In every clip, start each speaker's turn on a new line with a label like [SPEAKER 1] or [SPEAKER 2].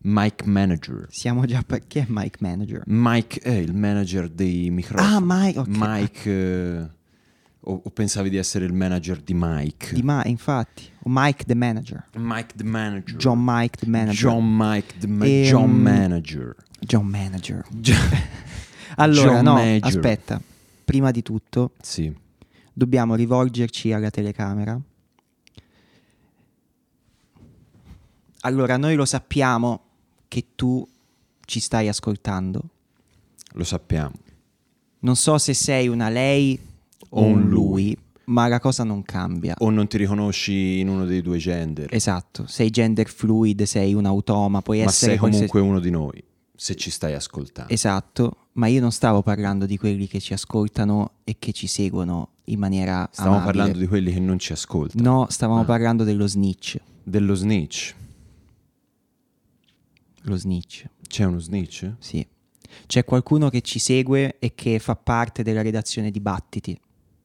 [SPEAKER 1] Mic Manager.
[SPEAKER 2] Siamo già chi è Mic Manager?
[SPEAKER 1] Mike è il manager dei microfoni.
[SPEAKER 2] Ah, Mike, ok.
[SPEAKER 1] Mike, o pensavi di essere il manager di Mike?
[SPEAKER 2] Infatti. O Mike the Manager.
[SPEAKER 1] Mike the Manager.
[SPEAKER 2] John Mike the Manager.
[SPEAKER 1] John Mike the John Manager.
[SPEAKER 2] John Manager. Allora,
[SPEAKER 1] John
[SPEAKER 2] no,
[SPEAKER 1] Major.
[SPEAKER 2] aspetta. Prima di tutto
[SPEAKER 1] Sì.
[SPEAKER 2] dobbiamo rivolgerci alla telecamera. Allora, noi lo sappiamo che tu ci stai ascoltando.
[SPEAKER 1] Lo sappiamo.
[SPEAKER 2] Non so se sei una lei o un lui, ma la cosa non cambia.
[SPEAKER 1] O non ti riconosci in uno dei due gender.
[SPEAKER 2] Esatto, sei gender fluid, sei un automa, puoi
[SPEAKER 1] Ma
[SPEAKER 2] essere
[SPEAKER 1] sei comunque uno di noi, se ci stai ascoltando.
[SPEAKER 2] Esatto, ma io non stavo parlando di quelli che ci ascoltano e che ci seguono in maniera
[SPEAKER 1] Stavamo
[SPEAKER 2] amabile.
[SPEAKER 1] parlando di quelli che non ci ascoltano.
[SPEAKER 2] No, stavamo parlando dello snitch.
[SPEAKER 1] Dello snitch.
[SPEAKER 2] Lo snitch,
[SPEAKER 1] C'è uno snitch?
[SPEAKER 2] sì. C'è qualcuno che ci segue e che fa parte della redazione di Battiti.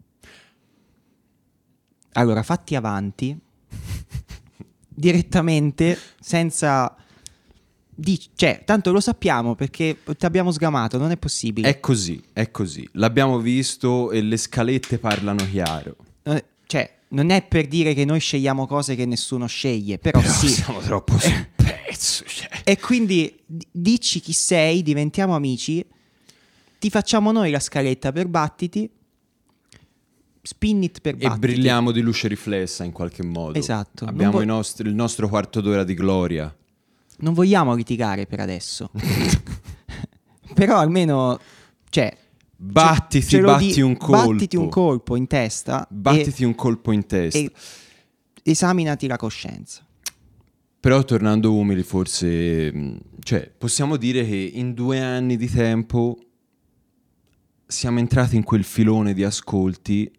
[SPEAKER 2] Allora, fatti avanti direttamente, senza cioè, tanto lo sappiamo perché ti abbiamo sgamato, non è possibile.
[SPEAKER 1] È così, è così. L'abbiamo visto e le scalette parlano chiaro.
[SPEAKER 2] Cioè, non è per dire che noi scegliamo cose che nessuno sceglie, però sì.
[SPEAKER 1] Siamo troppo sul pezzo. Cioè.
[SPEAKER 2] E quindi dici chi sei, diventiamo amici, ti facciamo noi la scaletta per Battiti, spin it per Battiti.
[SPEAKER 1] E brilliamo di luce riflessa in qualche modo.
[SPEAKER 2] Esatto.
[SPEAKER 1] Abbiamo il nostro quarto d'ora di gloria.
[SPEAKER 2] Non vogliamo litigare per adesso. Però almeno, cioè,
[SPEAKER 1] Battiti un colpo.
[SPEAKER 2] Battiti un colpo in testa.
[SPEAKER 1] Battiti un colpo in testa.
[SPEAKER 2] E esaminati la coscienza.
[SPEAKER 1] Però tornando umili, forse, cioè, possiamo dire che in 2 anni di tempo siamo entrati in quel filone di ascolti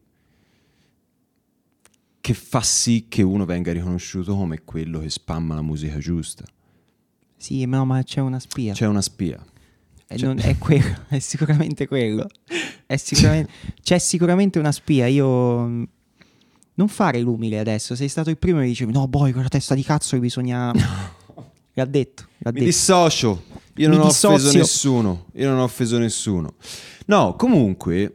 [SPEAKER 1] che fa sì che uno venga riconosciuto come quello che spamma la musica giusta.
[SPEAKER 2] Sì, no, ma c'è una spia.
[SPEAKER 1] C'è una spia.
[SPEAKER 2] È quello, è sicuramente quello. C'è sicuramente una spia. Io non fare l'umile adesso. Sei stato il primo che dicevi no, boy, quella testa di cazzo che bisogna. L'ha detto.
[SPEAKER 1] Mi dissocio. Io non ho offeso nessuno. No, comunque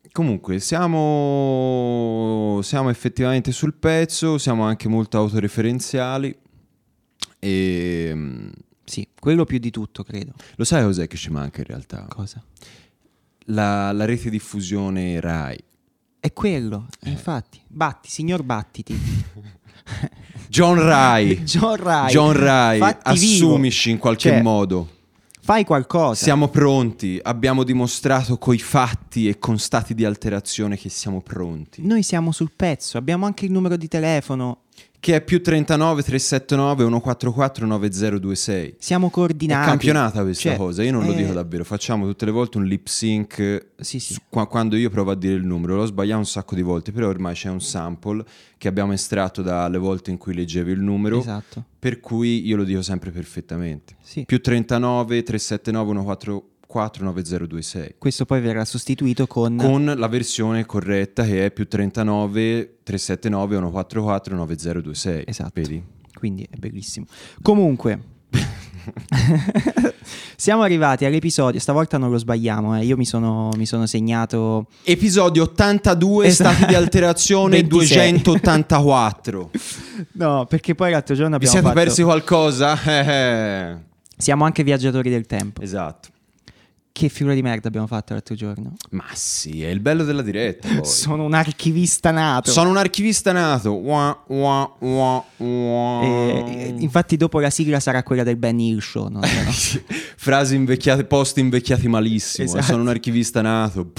[SPEAKER 1] siamo effettivamente sul pezzo. Siamo anche molto autoreferenziali. E
[SPEAKER 2] sì, quello più di tutto, credo.
[SPEAKER 1] Lo sai cos'è che ci manca in realtà?
[SPEAKER 2] Cosa?
[SPEAKER 1] La rete diffusione Rai.
[SPEAKER 2] È quello, infatti. Signor Battiti.
[SPEAKER 1] John Rai.
[SPEAKER 2] John Rai.
[SPEAKER 1] Assumici in qualche modo.
[SPEAKER 2] Fai qualcosa.
[SPEAKER 1] Siamo pronti. Abbiamo dimostrato coi fatti e con stati di alterazione che siamo pronti.
[SPEAKER 2] Noi siamo sul pezzo. Abbiamo anche il numero di telefono.
[SPEAKER 1] Che è più 39 379 144 9026.
[SPEAKER 2] Siamo coordinati.
[SPEAKER 1] È campionata questa cosa. Io non lo dico davvero. Facciamo tutte le volte un lip sync.
[SPEAKER 2] Sì.
[SPEAKER 1] Quando io provo a dire il numero. L'ho sbagliato un sacco di volte. Però ormai c'è un sample che abbiamo estratto dalle volte in cui leggevi il numero.
[SPEAKER 2] Esatto.
[SPEAKER 1] Per cui io lo dico sempre perfettamente.
[SPEAKER 2] Sì.
[SPEAKER 1] Più 39 379 144 9026.
[SPEAKER 2] Questo poi verrà sostituito con
[SPEAKER 1] la versione corretta che è più 39 379 144 9026.
[SPEAKER 2] Esatto.
[SPEAKER 1] Vedi?
[SPEAKER 2] Quindi è bellissimo. Comunque siamo arrivati all'episodio, stavolta non lo sbagliamo, io mi sono segnato
[SPEAKER 1] episodio 82, stati di alterazione 284.
[SPEAKER 2] No, perché poi l'altro giorno
[SPEAKER 1] Vi
[SPEAKER 2] abbiamo
[SPEAKER 1] siete persi qualcosa?
[SPEAKER 2] Siamo anche viaggiatori del tempo.
[SPEAKER 1] Esatto.
[SPEAKER 2] Che figura di merda abbiamo fatto l'altro giorno?
[SPEAKER 1] Ma sì, è il bello della diretta poi.
[SPEAKER 2] Sono un archivista nato. Infatti dopo la sigla sarà quella del Ben Hill Show, no?
[SPEAKER 1] Frasi invecchiate, post invecchiati malissimo.
[SPEAKER 2] Esatto.
[SPEAKER 1] Sono un archivista nato.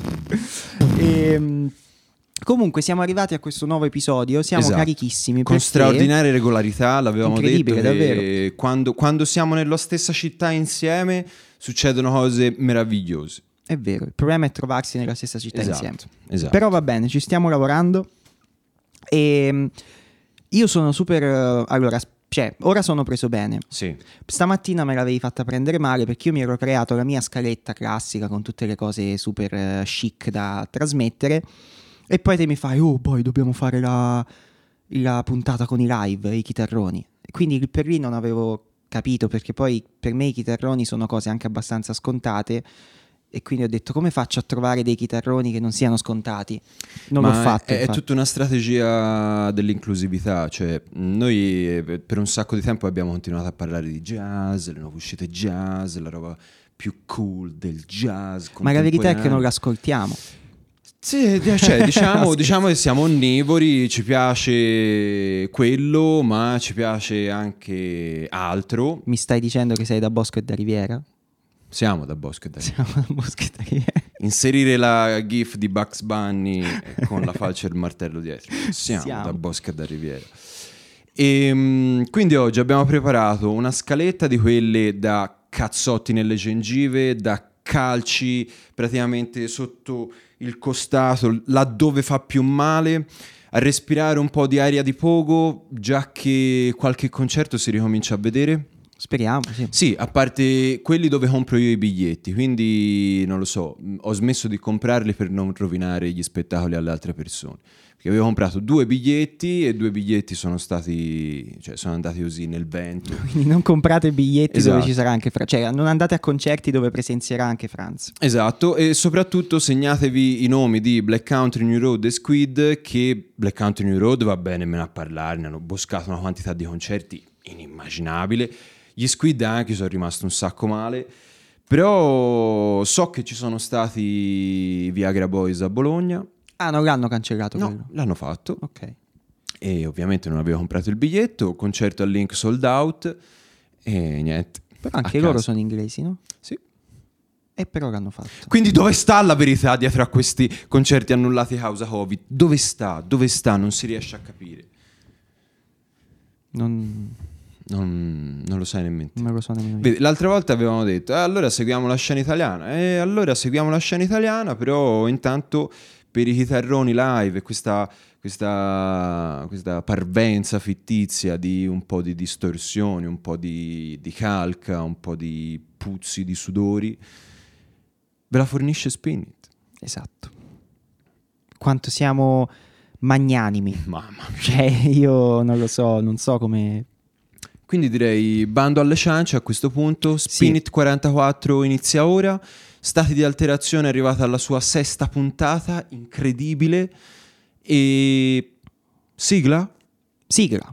[SPEAKER 2] Comunque siamo arrivati a questo nuovo episodio. Siamo carichissimi.
[SPEAKER 1] Con straordinaria regolarità. L'avevamo detto che
[SPEAKER 2] davvero.
[SPEAKER 1] Quando siamo nella stessa città insieme succedono cose meravigliose.
[SPEAKER 2] È vero, il problema è trovarsi nella stessa città insieme.
[SPEAKER 1] Esatto.
[SPEAKER 2] Però va bene, ci stiamo lavorando. E io sono super ora sono preso bene.
[SPEAKER 1] Sì.
[SPEAKER 2] Stamattina me l'avevi fatta prendere male perché io mi ero creato la mia scaletta classica con tutte le cose super chic da trasmettere. E poi te mi fai, poi dobbiamo fare la puntata con i live, i chitarroni. Quindi per lì non avevo capito? Perché poi per me i chitarroni sono cose anche abbastanza scontate e quindi ho detto come faccio a trovare dei chitarroni che non siano scontati? Non l'ho fatto.
[SPEAKER 1] È tutta una strategia dell'inclusività, cioè noi per un sacco di tempo abbiamo continuato a parlare di jazz, le nuove uscite jazz, la roba più cool del jazz.
[SPEAKER 2] Ma la verità è che non l'ascoltiamo.
[SPEAKER 1] Sì, cioè, diciamo che siamo onnivori, ci piace quello, ma ci piace anche altro.
[SPEAKER 2] Mi stai dicendo che sei da Bosco e da Riviera?
[SPEAKER 1] Siamo da Bosco e da Riviera.
[SPEAKER 2] Siamo da Bosco e da Riviera.
[SPEAKER 1] Inserire la gif di Bugs Bunny con la falce e il martello dietro. Siamo da Bosco e da Riviera. E quindi oggi abbiamo preparato una scaletta di quelle da cazzotti nelle gengive, da calci praticamente sotto il costato, laddove fa più male, a respirare un po' di aria di pogo, già che qualche concerto si ricomincia a vedere.
[SPEAKER 2] Speriamo, sì.
[SPEAKER 1] Sì, a parte quelli dove compro io i biglietti, quindi non lo so, ho smesso di comprarli per non rovinare gli spettacoli alle altre persone. Perché avevo comprato 2 biglietti e 2 biglietti sono stati, cioè sono andati così nel vento.
[SPEAKER 2] Quindi non comprate biglietti
[SPEAKER 1] Esatto.
[SPEAKER 2] dove ci sarà anche Franz, cioè non andate a concerti dove presenzierà anche Franz.
[SPEAKER 1] Esatto, e soprattutto segnatevi i nomi di Black Country, New Road e Squid, che Black Country, New Road va bene meno a parlarne, hanno boscato una quantità di concerti inimmaginabile. Gli Squid anche sono rimasto un sacco male, però so che ci sono stati Viagra Boys a Bologna.
[SPEAKER 2] Ah, non l'hanno cancellato quello?
[SPEAKER 1] No, l'hanno fatto.
[SPEAKER 2] Ok.
[SPEAKER 1] E ovviamente non avevo comprato il biglietto, concerto al Link sold out e niente.
[SPEAKER 2] Però anche
[SPEAKER 1] A
[SPEAKER 2] loro
[SPEAKER 1] casa.
[SPEAKER 2] sono inglesi, no?
[SPEAKER 1] Sì.
[SPEAKER 2] E però l'hanno fatto.
[SPEAKER 1] Quindi dove sta la verità dietro a questi concerti annullati causa Covid? Dove sta? Dove sta? Non si riesce a capire.
[SPEAKER 2] Non
[SPEAKER 1] Non lo sai nemmeno te.
[SPEAKER 2] me lo so nemmeno io.
[SPEAKER 1] Vedi, l'altra volta avevamo detto allora seguiamo la scena italiana. Allora seguiamo la scena italiana, però intanto per i chitarroni live e questa parvenza fittizia di un po' di distorsioni, un po' di calca, un po' di puzzi di sudori, ve la fornisce Spin It.
[SPEAKER 2] Esatto. Quanto siamo magnanimi.
[SPEAKER 1] Mamma mia.
[SPEAKER 2] Cioè, io non lo so, non so come...
[SPEAKER 1] Quindi direi bando alle ciance a questo punto. Spin
[SPEAKER 2] Sì.
[SPEAKER 1] It 44 inizia ora. Stati di alterazione è arrivata alla sua 6ª puntata, incredibile. E sigla?
[SPEAKER 2] Sigla.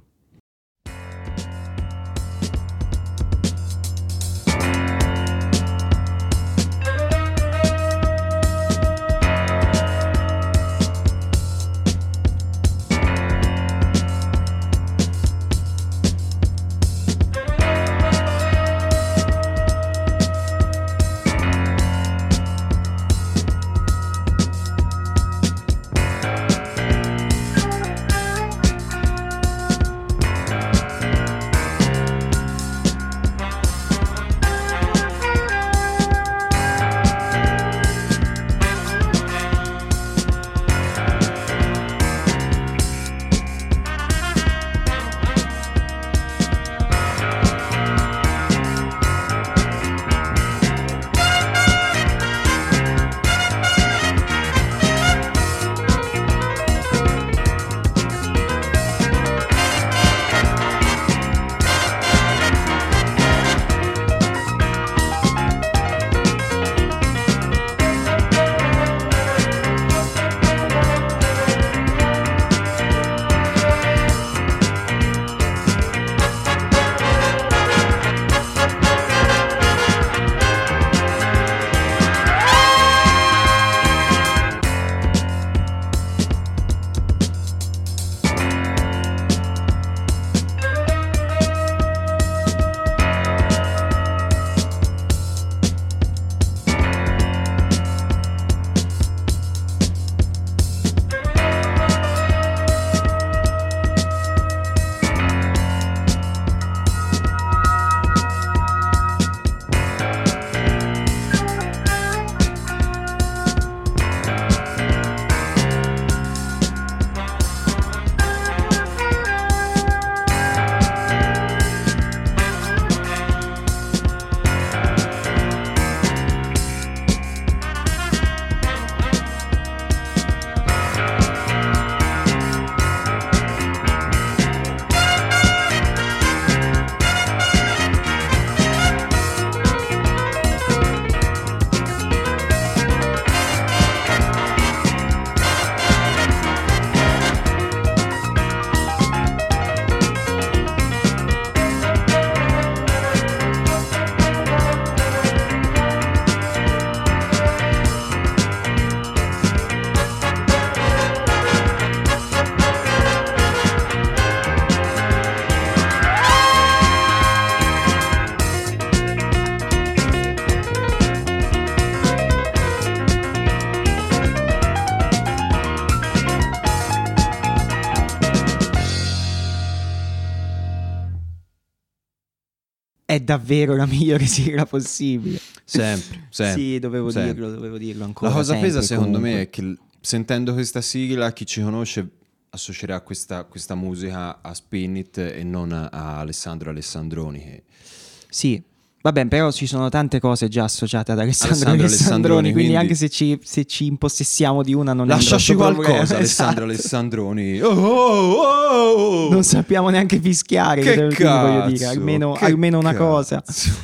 [SPEAKER 2] davvero la migliore sigla possibile.
[SPEAKER 1] Sempre.
[SPEAKER 2] Sì, dovevo dirlo ancora.
[SPEAKER 1] La cosa pesa secondo
[SPEAKER 2] comunque.
[SPEAKER 1] me è che sentendo questa sigla chi ci conosce associerà questa musica a Spin It e non a Alessandro Alessandroni. Che...
[SPEAKER 2] Sì, vabbè, però ci sono tante cose già associate ad Alessandro Alessandroni, quindi anche se ci impossessiamo di una non
[SPEAKER 1] lasciaci
[SPEAKER 2] è un grosso problema.
[SPEAKER 1] qualcosa, Alessandro Alessandroni. Oh.
[SPEAKER 2] Non sappiamo neanche fischiare,
[SPEAKER 1] che cazzo,
[SPEAKER 2] voglio dire, almeno una cosa.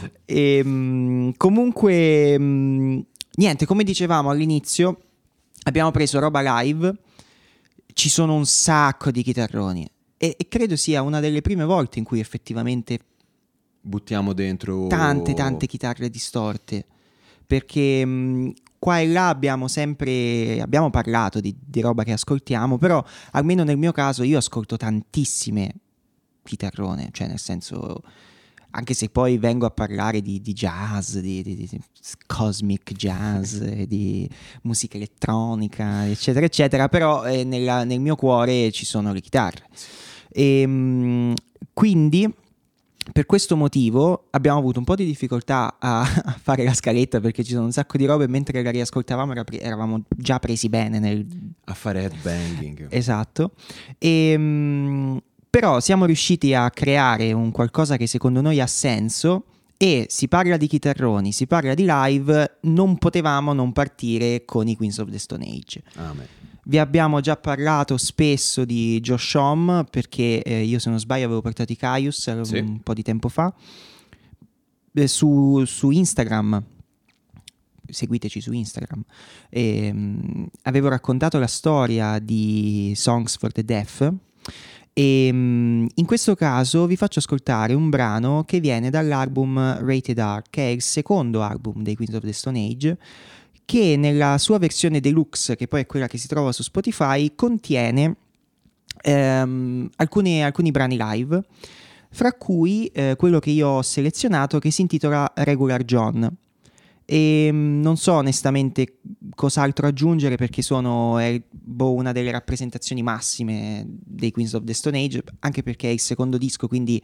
[SPEAKER 2] Comunque, niente, come dicevamo all'inizio, abbiamo preso roba live. Ci sono un sacco di chitarroni e credo sia una delle prime volte in cui effettivamente
[SPEAKER 1] buttiamo dentro
[SPEAKER 2] tante chitarre distorte, perché qua e là abbiamo parlato di roba che ascoltiamo, però almeno nel mio caso io ascolto tantissime chitarrone, cioè nel senso, anche se poi vengo a parlare di jazz, di cosmic jazz, di musica elettronica, eccetera, eccetera, però nel mio cuore ci sono le chitarre. Quindi, per questo motivo, abbiamo avuto un po' di difficoltà a fare la scaletta, perché ci sono un sacco di robe, mentre la riascoltavamo eravamo già presi bene
[SPEAKER 1] a fare headbanging.
[SPEAKER 2] Esatto. Però siamo riusciti a creare un qualcosa che secondo noi ha senso, e si parla di chitarroni, si parla di live, non potevamo non partire con i Queens of the Stone Age.
[SPEAKER 1] Amen.
[SPEAKER 2] Vi abbiamo già parlato spesso di Josh Homme, perché io, se non sbaglio, avevo portato i Caius un po' di tempo fa su Instagram. Seguiteci su Instagram. Avevo raccontato la storia di Songs for the Deaf. E in questo caso vi faccio ascoltare un brano che viene dall'album Rated R, che è il secondo album dei Queens of the Stone Age, che nella sua versione deluxe, che poi è quella che si trova su Spotify, contiene alcuni brani live, fra cui quello che io ho selezionato, che si intitola Regular John. E non so onestamente cos'altro aggiungere, perché è una delle rappresentazioni massime dei Queens of the Stone Age, anche perché è il secondo disco, quindi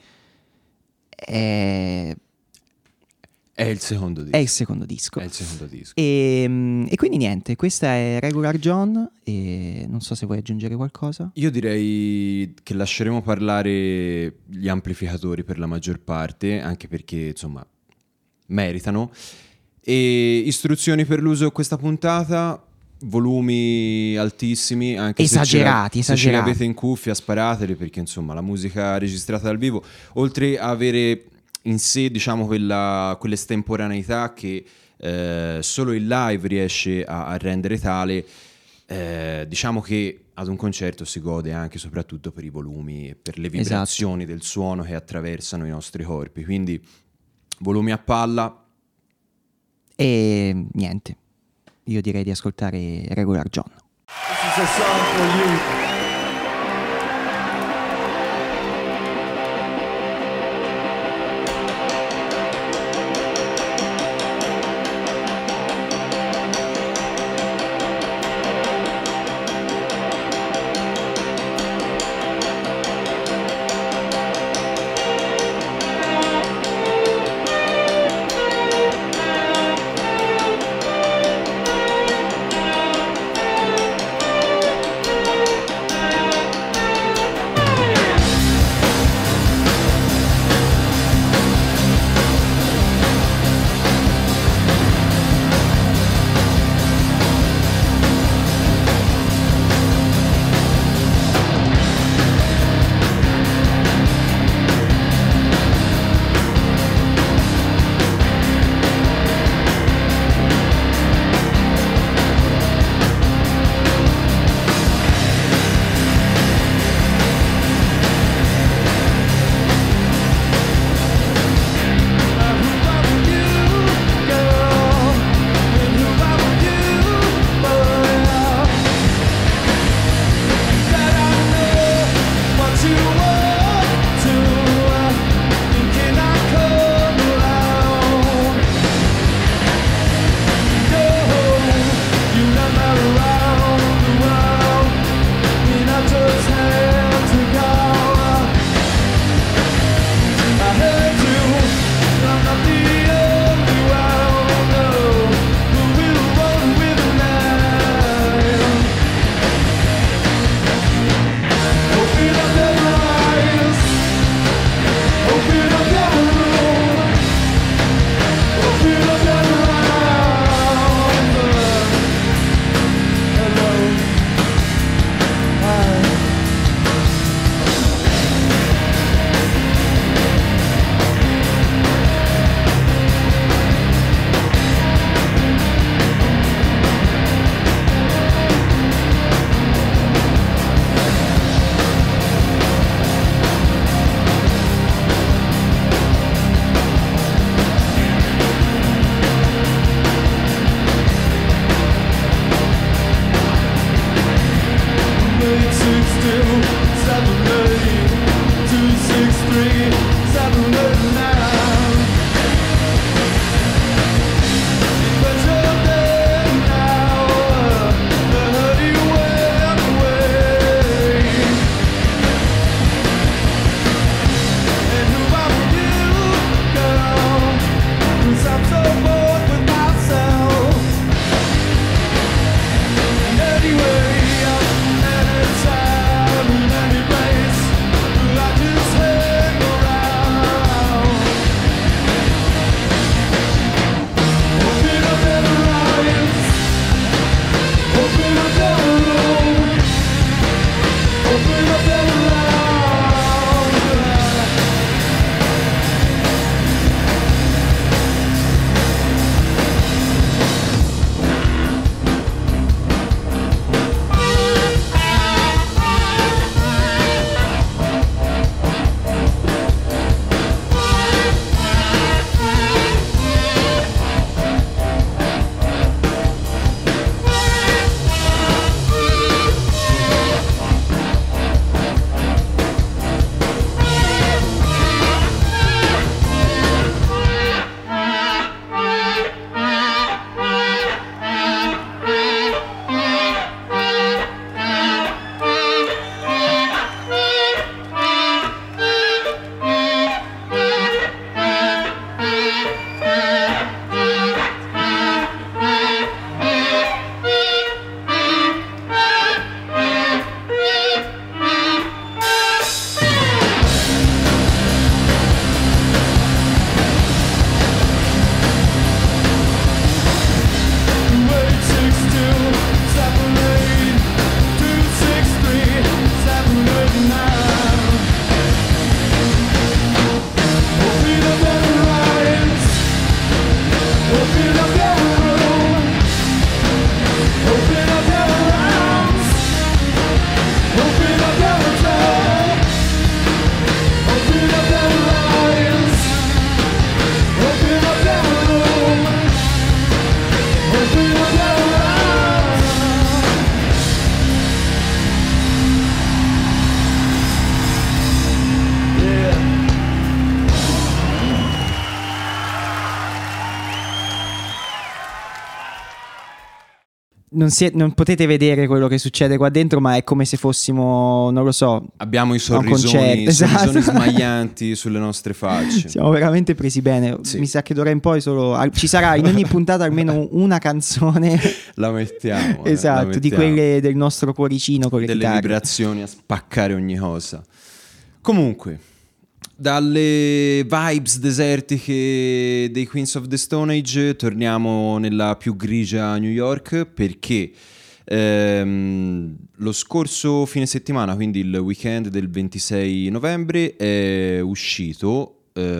[SPEAKER 2] è il secondo disco. E quindi niente, questa è Regular John, e non so se vuoi aggiungere qualcosa.
[SPEAKER 1] Io direi che lasceremo parlare gli amplificatori per la maggior parte, anche perché insomma meritano. E istruzioni per l'uso di questa puntata: volumi altissimi, anche
[SPEAKER 2] esagerati.
[SPEAKER 1] Se ce li avete in cuffia, sparateli, perché insomma la musica registrata dal vivo, oltre a avere in sé, diciamo, quell'estemporaneità che solo il live riesce a rendere tale, diciamo che ad un concerto si gode anche e soprattutto per i volumi e per le vibrazioni del suono che attraversano i nostri corpi. Quindi volumi a palla.
[SPEAKER 2] E niente, io direi di ascoltare Regular John.
[SPEAKER 3] This is a song for you.
[SPEAKER 2] non potete vedere quello che succede qua dentro, ma è come se fossimo, non lo so,
[SPEAKER 1] abbiamo i
[SPEAKER 2] a un concerto.
[SPEAKER 1] sorrisoni smaglianti sulle nostre facce.
[SPEAKER 2] Siamo veramente presi bene.
[SPEAKER 1] Sì.
[SPEAKER 2] Mi sa che d'ora in poi ci sarà in ogni puntata almeno una canzone
[SPEAKER 1] La mettiamo.
[SPEAKER 2] esatto,
[SPEAKER 1] la
[SPEAKER 2] di
[SPEAKER 1] mettiamo.
[SPEAKER 2] quelle del nostro cuoricino con le
[SPEAKER 1] Delle
[SPEAKER 2] chitarre.
[SPEAKER 1] vibrazioni a spaccare ogni cosa. Comunque, dalle vibes desertiche dei Queens of the Stone Age torniamo nella più grigia New York, perché lo scorso fine settimana, quindi il weekend del 26 novembre, è uscito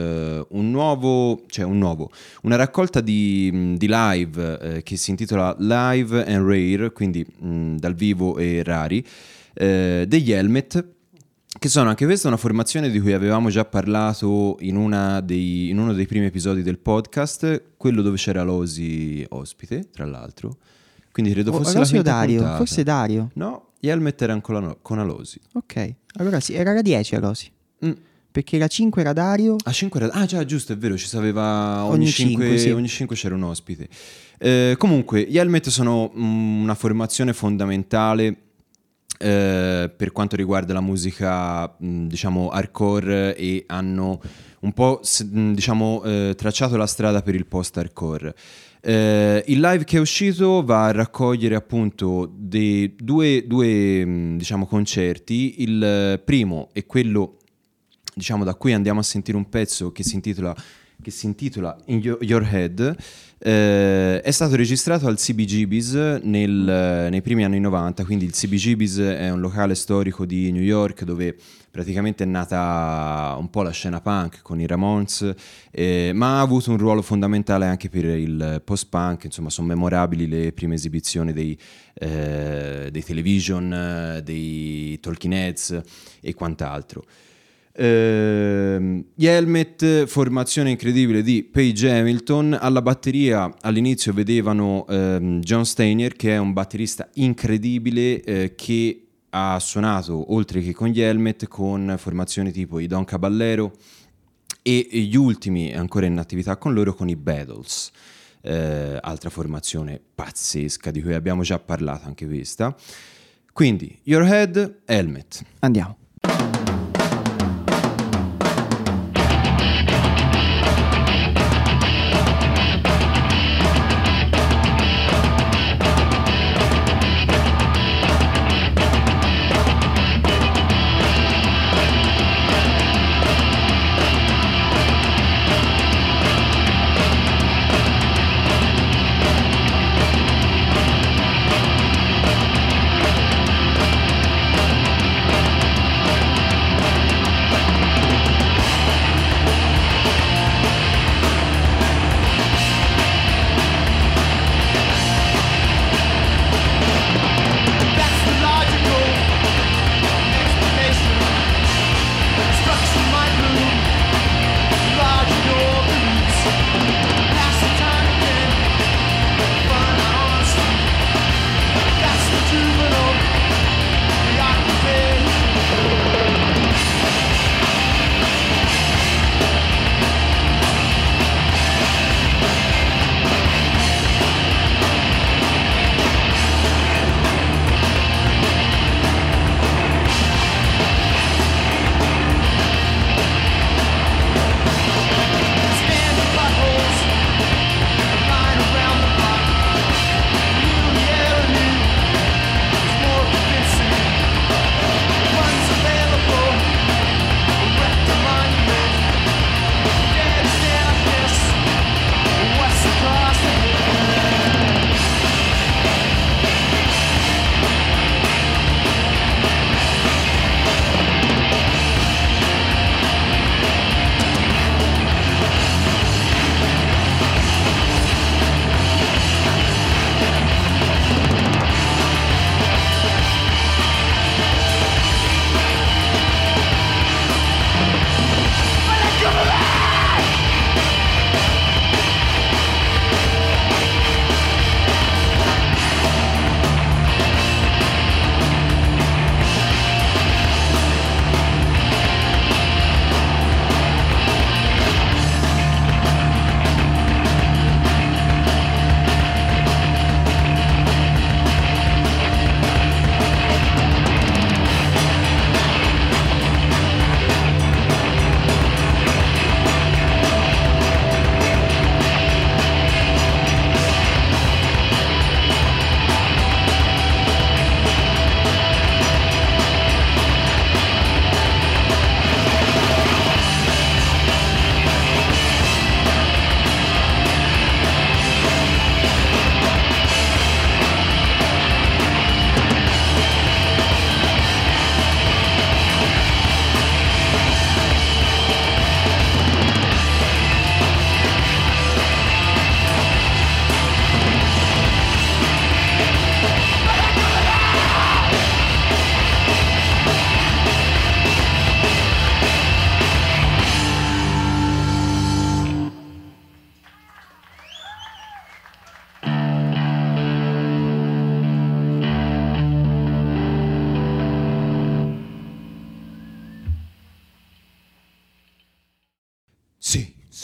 [SPEAKER 1] una raccolta di live che si intitola Live and Rare, quindi dal vivo e rari, degli Helmet, che sono anche questa una formazione di cui avevamo già parlato in uno dei primi episodi del podcast, quello dove c'era l'Osi ospite, tra l'altro. Quindi credo fosse la quinta
[SPEAKER 2] Dario,
[SPEAKER 1] puntata.
[SPEAKER 2] forse Dario.
[SPEAKER 1] No, gli Helmet erano con Alosi.
[SPEAKER 2] Ok, allora sì, era la 10 Alosi. Perché la 5 era Dario.
[SPEAKER 1] A 5 era... Ah già, giusto, è vero, ci sapeva
[SPEAKER 2] Ogni 5, sì.
[SPEAKER 1] ogni 5 c'era un ospite. Comunque, gli Helmet sono una formazione fondamentale per quanto riguarda la musica, diciamo, hardcore, e hanno un po', diciamo, tracciato la strada per il post-hardcore. Il live che è uscito va a raccogliere appunto due diciamo, concerti. Il primo è quello, diciamo, da cui andiamo a sentire un pezzo che si intitola In Your Head. È stato registrato al CBGB's nei primi anni 90, quindi il CBGB's è un locale storico di New York dove praticamente è nata un po' la scena punk con i Ramones, ma ha avuto un ruolo fondamentale anche per il post-punk. Insomma, sono memorabili le prime esibizioni dei Television, dei Talking Heads e quant'altro. Gli Helmet, formazione incredibile di Page Hamilton. Alla batteria all'inizio vedevano John Steiner, che è un batterista incredibile, che ha suonato, oltre che con gli Helmet, con formazioni tipo i Don Caballero, e gli ultimi ancora in attività con loro con i Beatles, altra formazione pazzesca di cui abbiamo già parlato anche questa. Quindi Your Head, Helmet.
[SPEAKER 2] Andiamo.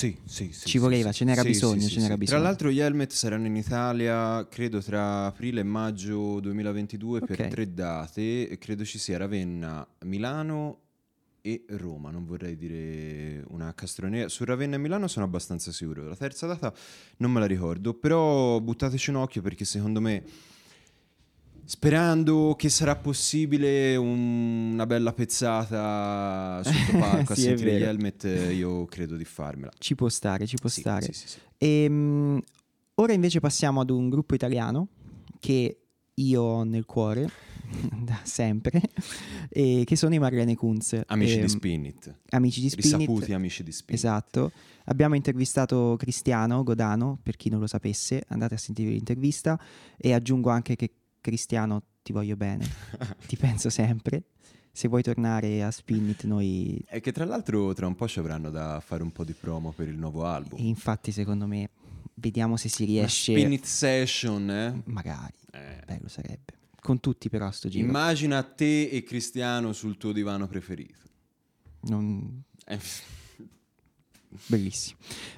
[SPEAKER 1] Sì,
[SPEAKER 2] ci voleva, ce n'era bisogno, ce n'era bisogno.
[SPEAKER 1] Tra l'altro gli helmet saranno in Italia, credo tra aprile e maggio 2022 per 3 date, credo ci sia Ravenna, Milano e Roma, non vorrei dire una castroneria. Su Ravenna e Milano sono abbastanza sicuro, la terza data non me la ricordo, però buttateci un occhio perché secondo me, sperando che sarà possibile una bella pezzata sotto palco a sentire gli helmet, io credo di farmela.
[SPEAKER 2] Ci può stare. Sì. Ora invece passiamo ad un gruppo italiano che io ho nel cuore da sempre, e che sono i Marlene Kunz.
[SPEAKER 1] Amici di Spin It. Risaputi amici di Spin It.
[SPEAKER 2] Esatto. Abbiamo intervistato Cristiano Godano, per chi non lo sapesse, andate a sentire l'intervista, e aggiungo anche che Cristiano, ti voglio bene, ti penso sempre. Se vuoi tornare a Spin It, noi...
[SPEAKER 1] E che tra l'altro tra un po' ci avranno da fare un po' di promo per il nuovo album.
[SPEAKER 2] E infatti secondo me, vediamo se si riesce...
[SPEAKER 1] Una Spin It Session,
[SPEAKER 2] Magari, bello sarebbe. Con tutti però a sto giro.
[SPEAKER 1] Immagina te e Cristiano sul tuo divano preferito.
[SPEAKER 2] Bellissimo.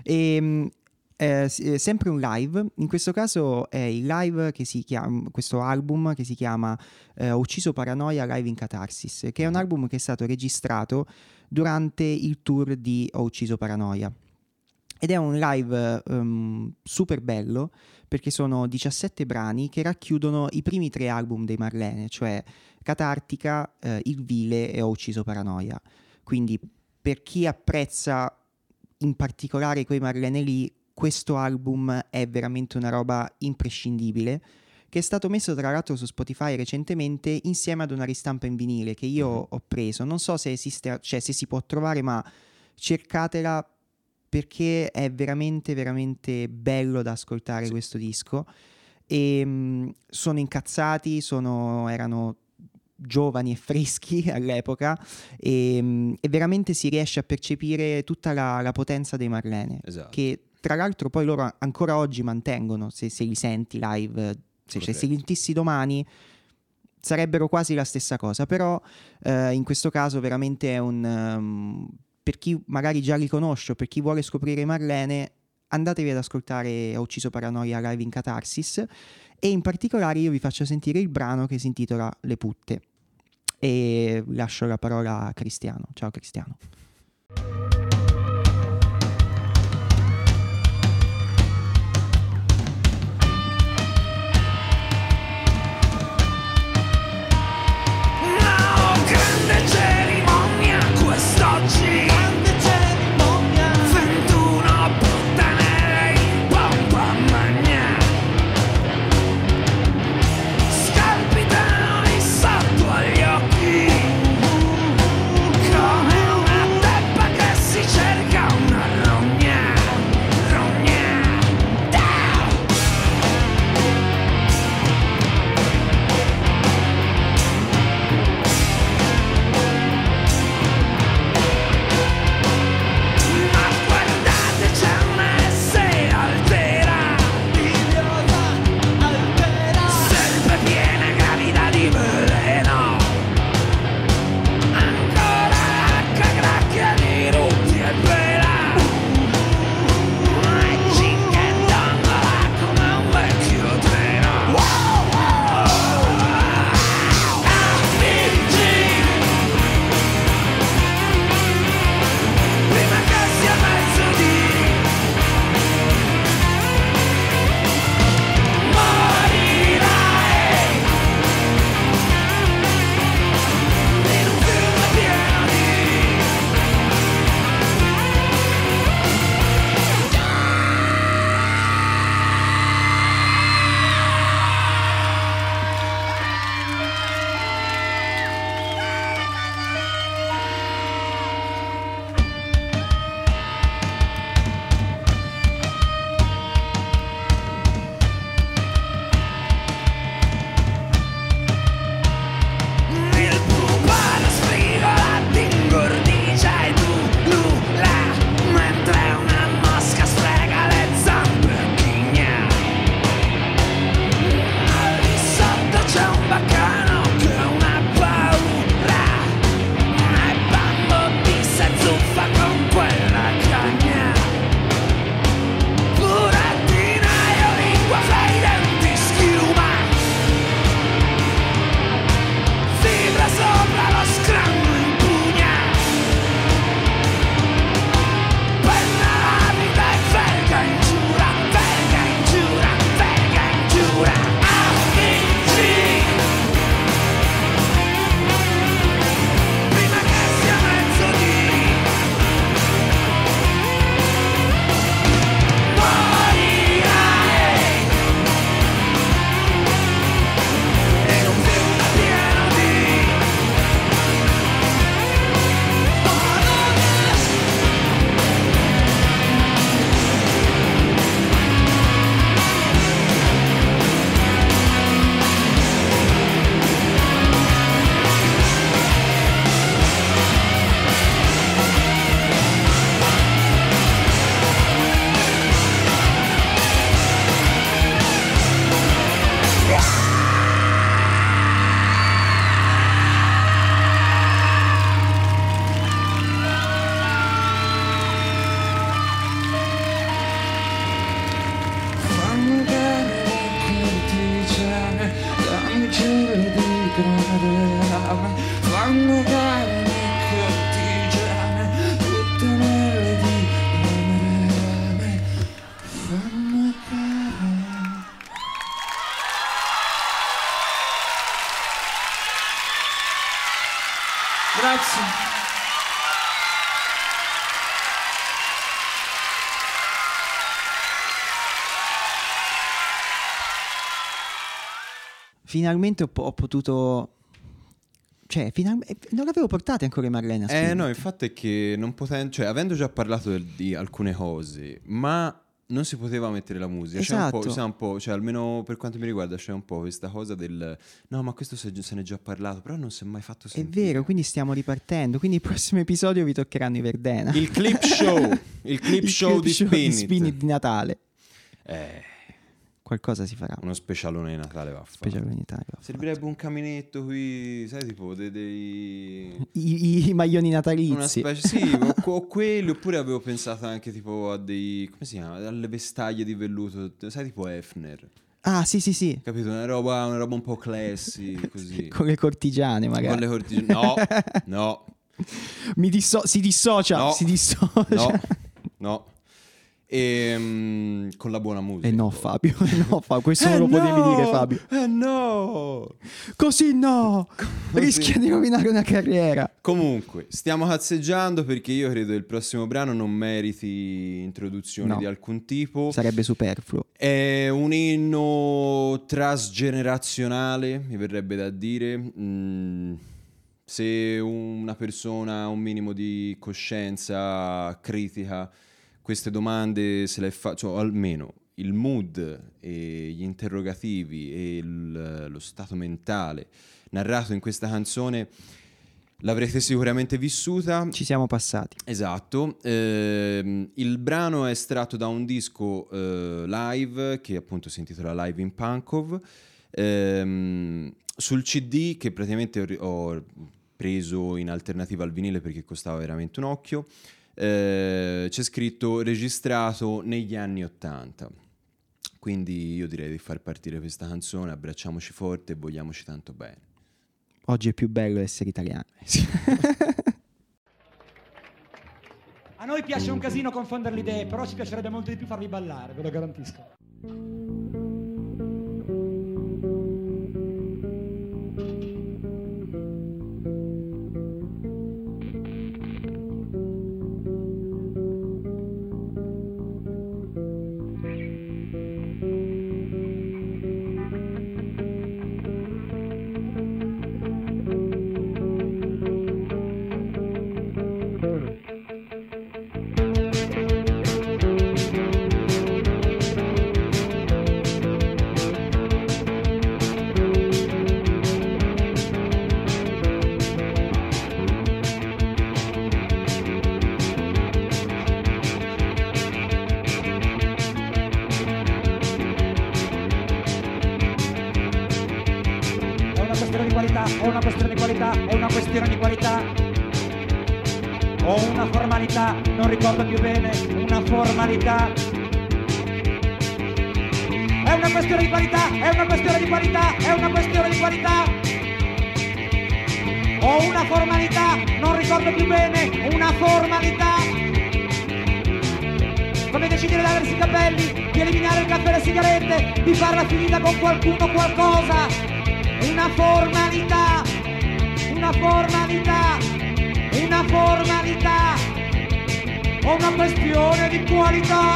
[SPEAKER 2] Sempre un live, in questo caso è il live che si chiama, questo album che si chiama Ho ucciso Paranoia Live in Catarsis, che è un album che è stato registrato durante il tour di Ho ucciso Paranoia, ed è un live super bello perché sono 17 brani che racchiudono i primi 3 album dei Marlene, cioè Catartica, Il Vile e Ho ucciso Paranoia. Quindi per chi apprezza in particolare quei Marlene lì, questo album è veramente una roba imprescindibile, che è stato messo tra l'altro su Spotify recentemente insieme ad una ristampa in vinile che io ho preso. Non so se esiste, cioè se si può trovare, ma cercatela perché è veramente veramente bello da ascoltare questo disco. E sono incazzati, erano giovani e freschi all'epoca, e veramente si riesce a percepire tutta la potenza dei Marlene, che tra l'altro poi loro ancora oggi mantengono, se li se li sentissi domani sarebbero quasi la stessa cosa, però in questo caso veramente è per chi magari già li conosce o per chi vuole scoprire i Marlene, andatevi ad ascoltare Ho ucciso Paranoia Live in Catarsis, e in particolare io vi faccio sentire il brano che si intitola Le putte, e lascio la parola a Cristiano. Ciao Cristiano.
[SPEAKER 4] Come una
[SPEAKER 3] cielo di grame fanno gare nei cortigiani, tutte nelle di grame fanno gare. Grazie.
[SPEAKER 2] Finalmente ho potuto... Cioè, non l'avevo portata ancora Marlena Spinetta.
[SPEAKER 1] No, il fatto è che non potendo... Cioè, avendo già parlato di alcune cose, ma non si poteva mettere la musica.
[SPEAKER 2] Esatto.
[SPEAKER 1] C'è un po', cioè, almeno per quanto mi riguarda, c'è un po' questa cosa del... No, ma questo se ne è già parlato, però non si è mai fatto sentire.
[SPEAKER 2] È vero, quindi stiamo ripartendo. Quindi il prossimo episodio vi toccheranno i Verdena.
[SPEAKER 1] Il clip show. Il clip show di Spinit
[SPEAKER 2] di Natale. Qualcosa si farà.
[SPEAKER 1] Uno specialone di Natale va a fare.
[SPEAKER 2] Specialone in Italia.
[SPEAKER 1] Servirebbe un caminetto qui, sai, tipo dei...
[SPEAKER 2] I maglioni natalizi.
[SPEAKER 1] Una specie, sì, o quelli, oppure avevo pensato anche tipo a dei... come si chiama? Alle vestaglie di velluto, sai, tipo Hefner.
[SPEAKER 2] Ah, sì.
[SPEAKER 1] Capito? Una roba un po' classy, così.
[SPEAKER 2] Con le cortigiane, magari.
[SPEAKER 1] Con le cortigiane. No.
[SPEAKER 2] Si dissocia.
[SPEAKER 1] No.
[SPEAKER 2] Si dissocia.
[SPEAKER 1] No. E con la buona musica.
[SPEAKER 2] No, Fabio, questo non lo potevi dire, Fabio.
[SPEAKER 1] No!
[SPEAKER 2] Così no! Rischia di rovinare una carriera.
[SPEAKER 1] Comunque, stiamo cazzeggiando perché io credo che il prossimo brano non meriti introduzione di alcun tipo.
[SPEAKER 2] Sarebbe superfluo.
[SPEAKER 1] È un inno trasgenerazionale, mi verrebbe da dire. Se una persona ha un minimo di coscienza critica, queste domande se le faccio, o almeno il mood e gli interrogativi e lo stato mentale narrato in questa canzone l'avrete sicuramente vissuta.
[SPEAKER 2] Ci siamo passati.
[SPEAKER 1] Esatto. Il brano è estratto da un disco live che appunto si intitola Live in Pankov. Sul CD che praticamente ho preso in alternativa al vinile perché costava veramente un occhio. C'è scritto registrato negli anni '80, quindi io direi di far partire questa canzone. Abbracciamoci forte e vogliamoci tanto bene.
[SPEAKER 2] Oggi è più bello essere italiani.
[SPEAKER 4] A noi piace un casino confondere le idee, però ci piacerebbe molto di più farvi ballare, ve lo garantisco. È una questione di qualità, è una questione di qualità. O una formalità, non ricordo più bene, una formalità. È una questione di qualità, è una questione di qualità, è una questione di qualità. O una formalità, non ricordo più bene, una formalità. Come decidere di lavarsi i capelli, di eliminare il caffè e le sigarette, di farla finita con qualcuno o qualcosa. Una formalità, una formalità, una formalità, o una questione di qualità.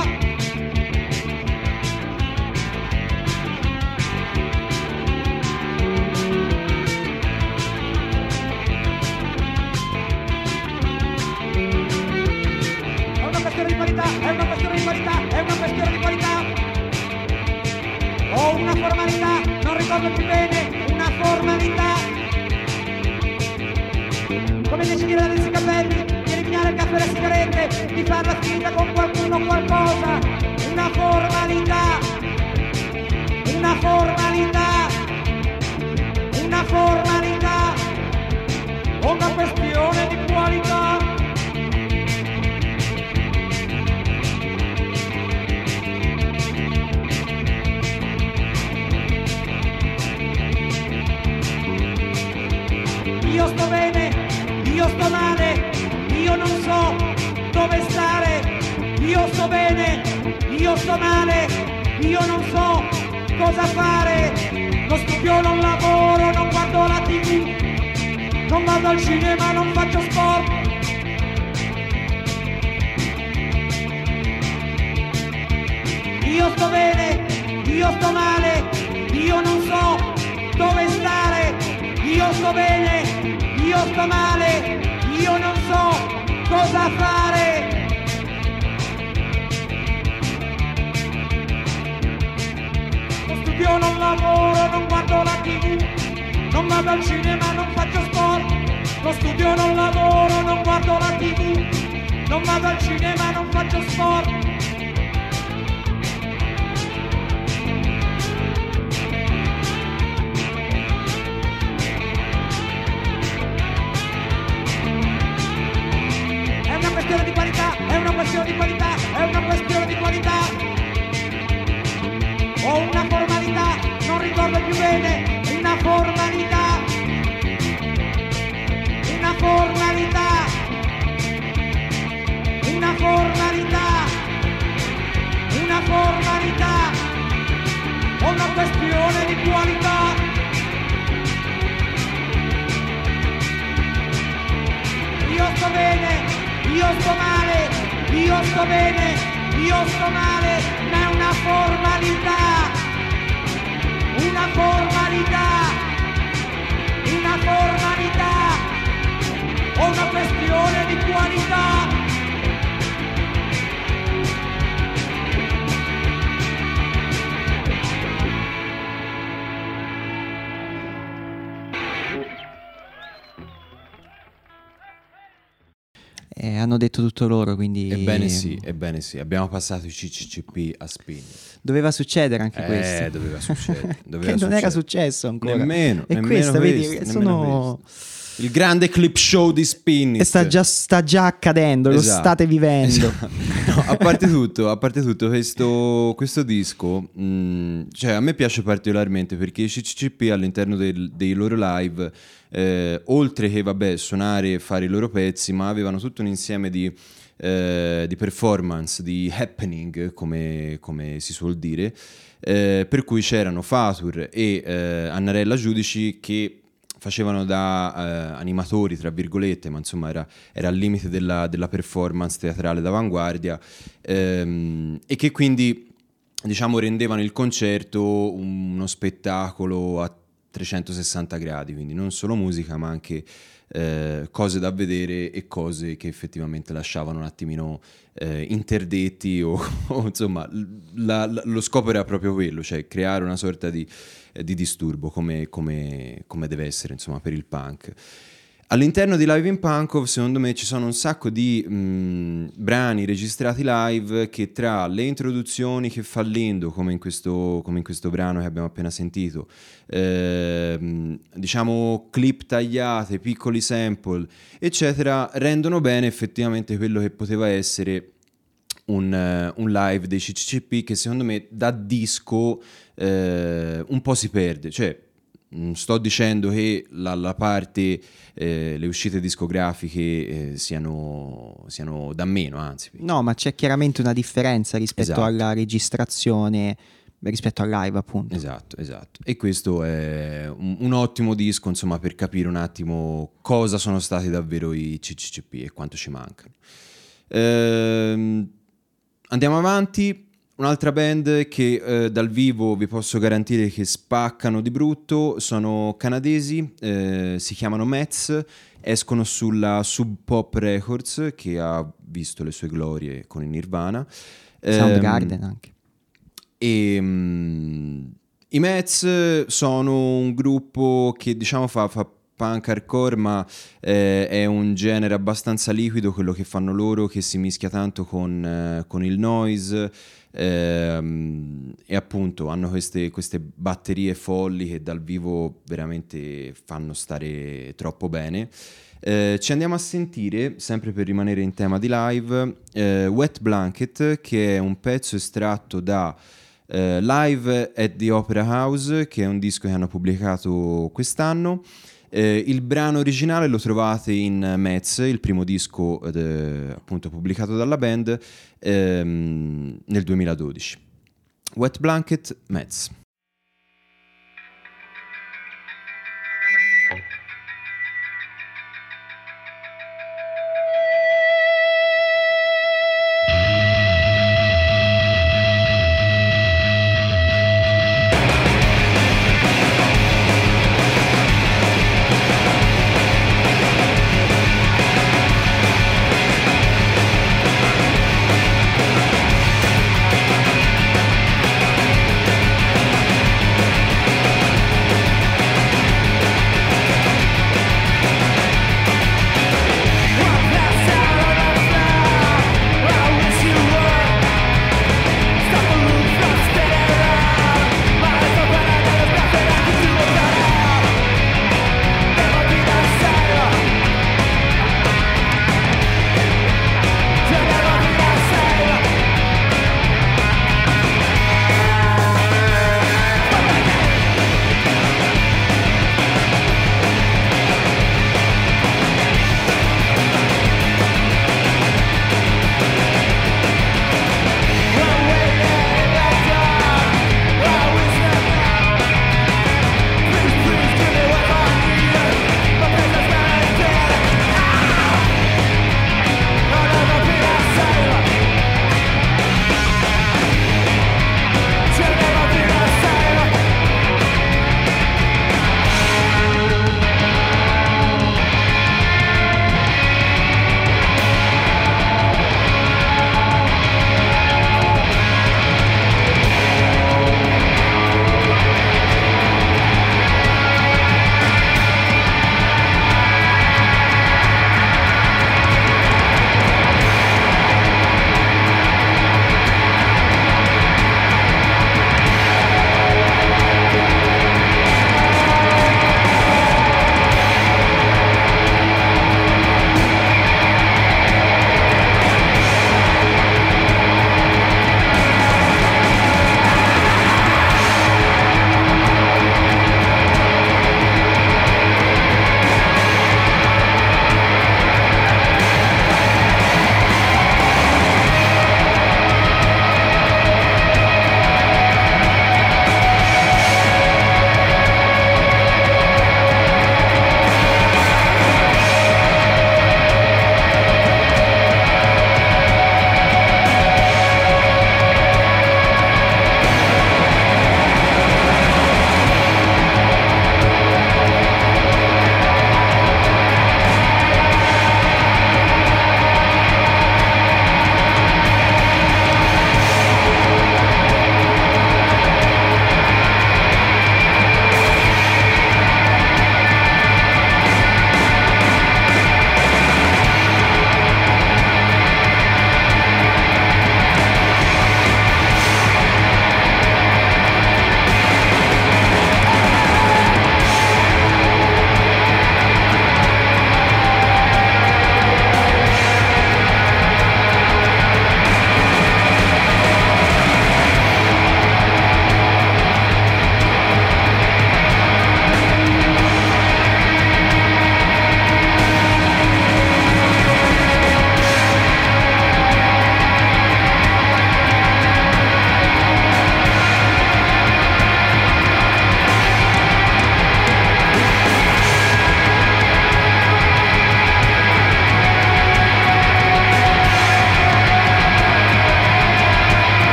[SPEAKER 4] È una questione di qualità, è una questione di qualità, è una questione di qualità. O una formalità, non ricordo più bene, una formalità. Come decidere di lavarsi i capelli, di eliminare il caffè e le sigarette, di farla finita con qualcuno o qualcosa. Una formalità, una formalità, una formalità, o una questione di qualità. io sto male, io non so cosa fare, lo studio non lavoro, non guardo la TV, non vado al cinema, non faccio sport. Io sto bene, io sto male, io non so dove stare, io sto bene, io sto male, io non so cosa fare. Io non lavoro, non guardo la TV, non vado al cinema, non faccio sport. Lo studio non lavoro, non guardo la TV, non vado al cinema, non faccio sport. È una questione di qualità, è una questione di qualità, è una questione di qualità. Ho una formalità, non ricordo più bene, una formalità, una formalità, una formalità, una formalità, ho una questione di qualità. Io sto bene, io sto male, io sto bene, io sto male, ma è una formalità, una formalità, una formalità, ho una questione di qualità.
[SPEAKER 2] Hanno detto tutto loro, quindi...
[SPEAKER 1] Ebbene sì, abbiamo passato i CCCP a Spin.
[SPEAKER 2] Doveva succedere anche questo.
[SPEAKER 1] Doveva succedere.
[SPEAKER 2] Che non era successo ancora.
[SPEAKER 1] Nemmeno.
[SPEAKER 2] Questa, vedi,
[SPEAKER 1] questo,
[SPEAKER 2] sono...
[SPEAKER 1] Il grande clip show di Spin.
[SPEAKER 2] Sta già accadendo,
[SPEAKER 1] esatto.
[SPEAKER 2] Lo state vivendo.
[SPEAKER 1] Esatto. No, a parte tutto questo disco, cioè a me piace particolarmente perché i CCCP all'interno dei loro live, oltre che suonare e fare i loro pezzi, ma avevano tutto un insieme di performance, di happening, come si suol dire, per cui c'erano Fatur e Annarella Giudici che facevano da animatori, tra virgolette, ma insomma era al limite della performance teatrale d'avanguardia, e che quindi, diciamo, rendevano il concerto uno spettacolo a 360 gradi, quindi non solo musica ma anche cose da vedere e cose che effettivamente lasciavano un attimino interdetti o insomma lo scopo era proprio quello, cioè creare una sorta di disturbo come deve essere, insomma, per il punk. All'interno di Live in Punkov, secondo me, ci sono un sacco di brani registrati live che, tra le introduzioni che fa Lindo, come in questo brano che abbiamo appena sentito, diciamo clip tagliate, piccoli sample, eccetera, rendono bene effettivamente quello che poteva essere un live dei CCCP, che secondo me da disco un po' si perde. Cioè, non sto dicendo che la parte, le uscite discografiche siano da meno, anzi.
[SPEAKER 2] No, ma c'è chiaramente una differenza rispetto
[SPEAKER 1] Esatto.
[SPEAKER 2] alla registrazione, rispetto al live, appunto.
[SPEAKER 1] Esatto. E questo è un ottimo disco, insomma, per capire un attimo cosa sono stati davvero i CCCP e quanto ci mancano. Andiamo avanti. Un'altra band che dal vivo vi posso garantire che spaccano di brutto, sono canadesi, si chiamano Mets, escono sulla Sub Pop Records, che ha visto le sue glorie con il Nirvana.
[SPEAKER 2] Soundgarden anche.
[SPEAKER 1] E i Mets sono un gruppo che, diciamo, fa punk hardcore, ma è un genere abbastanza liquido quello che fanno loro, che si mischia tanto con il noise, e appunto hanno queste batterie folli che dal vivo veramente fanno stare troppo bene. Ci andiamo a sentire, sempre per rimanere in tema di live, Wet Blanket, che è un pezzo estratto da Live at the Opera House, che è un disco che hanno pubblicato quest'anno. Il brano originale lo trovate in Metz, il primo disco appunto pubblicato dalla band nel 2012. Wet Blanket, Metz.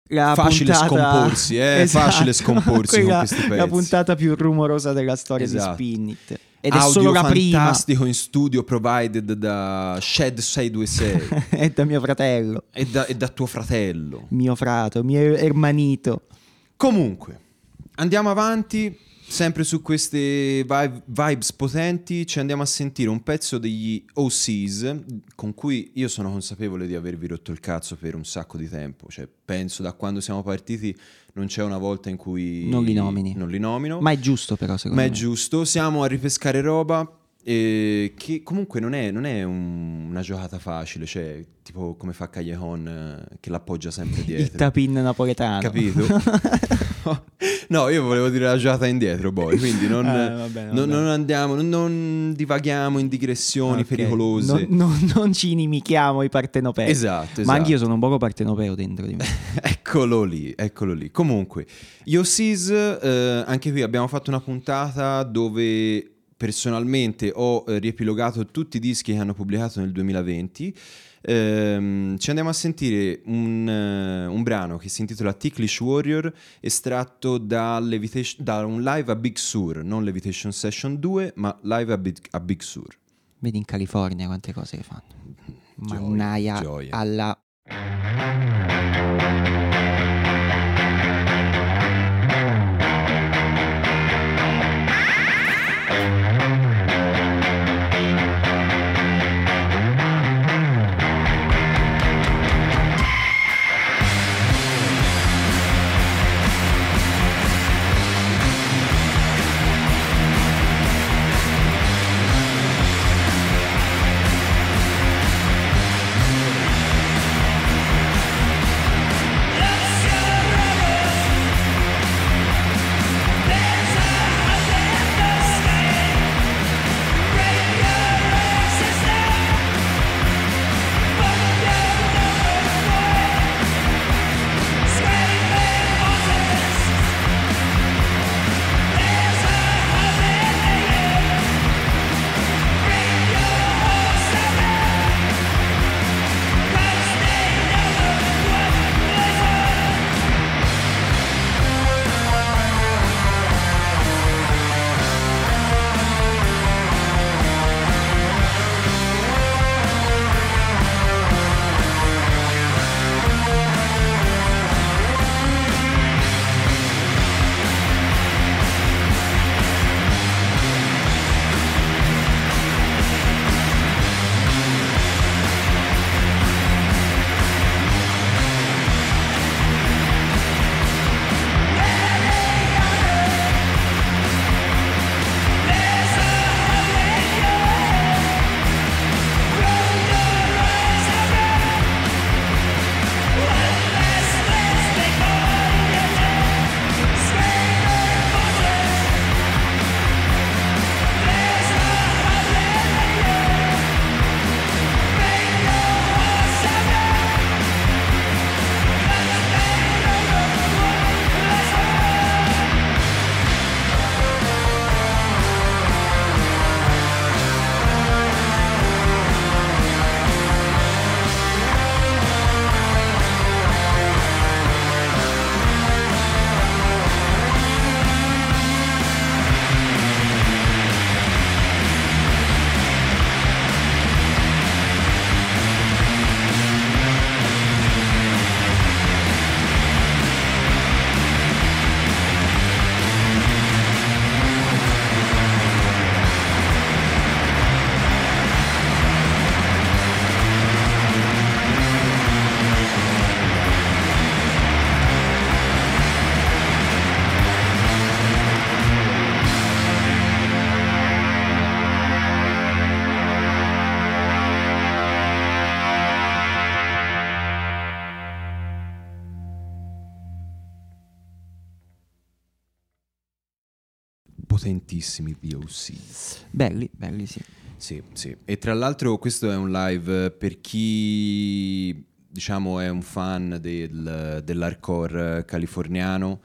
[SPEAKER 1] facile scomporsi,
[SPEAKER 2] Esatto,
[SPEAKER 1] facile scomporsi con questi pezzi.
[SPEAKER 2] La puntata più rumorosa della storia
[SPEAKER 1] Esatto.
[SPEAKER 2] di Spinit. Ed è
[SPEAKER 1] Audio
[SPEAKER 2] solo la prima.
[SPEAKER 1] fantastico in studio provided da Shed 626
[SPEAKER 2] È da mio fratello.
[SPEAKER 1] e da tuo fratello.
[SPEAKER 2] Mio frato, mio ermanito.
[SPEAKER 1] Comunque, andiamo avanti. Sempre su queste vibes potenti ci andiamo a sentire un pezzo degli OCs con cui io sono consapevole di avervi rotto il cazzo per un sacco di tempo. Cioè, penso da quando siamo partiti non c'è una volta in cui
[SPEAKER 2] Non li nomini.
[SPEAKER 1] non li nomino.
[SPEAKER 2] Ma è giusto però, secondo
[SPEAKER 1] Ma è
[SPEAKER 2] me.
[SPEAKER 1] giusto, siamo a ripescare roba che comunque non è una giocata facile, cioè tipo come fa Callejon che l'appoggia sempre dietro.
[SPEAKER 2] Il tapin napoletano.
[SPEAKER 1] Capito? No, io volevo dire la giocata indietro poi, quindi non andiamo, non divaghiamo in digressioni
[SPEAKER 2] Ok.
[SPEAKER 1] pericolose.
[SPEAKER 2] Non ci inimichiamo i partenopei.
[SPEAKER 1] Esatto.
[SPEAKER 2] Ma anch'io sono un poco partenopeo dentro di me.
[SPEAKER 1] Eccolo lì. Comunque, Yosis, anche qui abbiamo fatto una puntata dove personalmente ho riepilogato tutti i dischi che hanno pubblicato nel 2020. Ci andiamo a sentire un brano che si intitola Ticklish Warrior, estratto da un live a Big Sur, non Levitation Session 2, ma live a Big Sur.
[SPEAKER 2] Vedi in California quante cose che fanno.
[SPEAKER 1] Gioia,
[SPEAKER 2] Mannaia
[SPEAKER 1] gioia.
[SPEAKER 2] alla...
[SPEAKER 1] Potentissimi DOC.
[SPEAKER 2] Belli, sì.
[SPEAKER 1] Sì. E tra l'altro questo è un live per chi, diciamo, è un fan dell'hardcore californiano,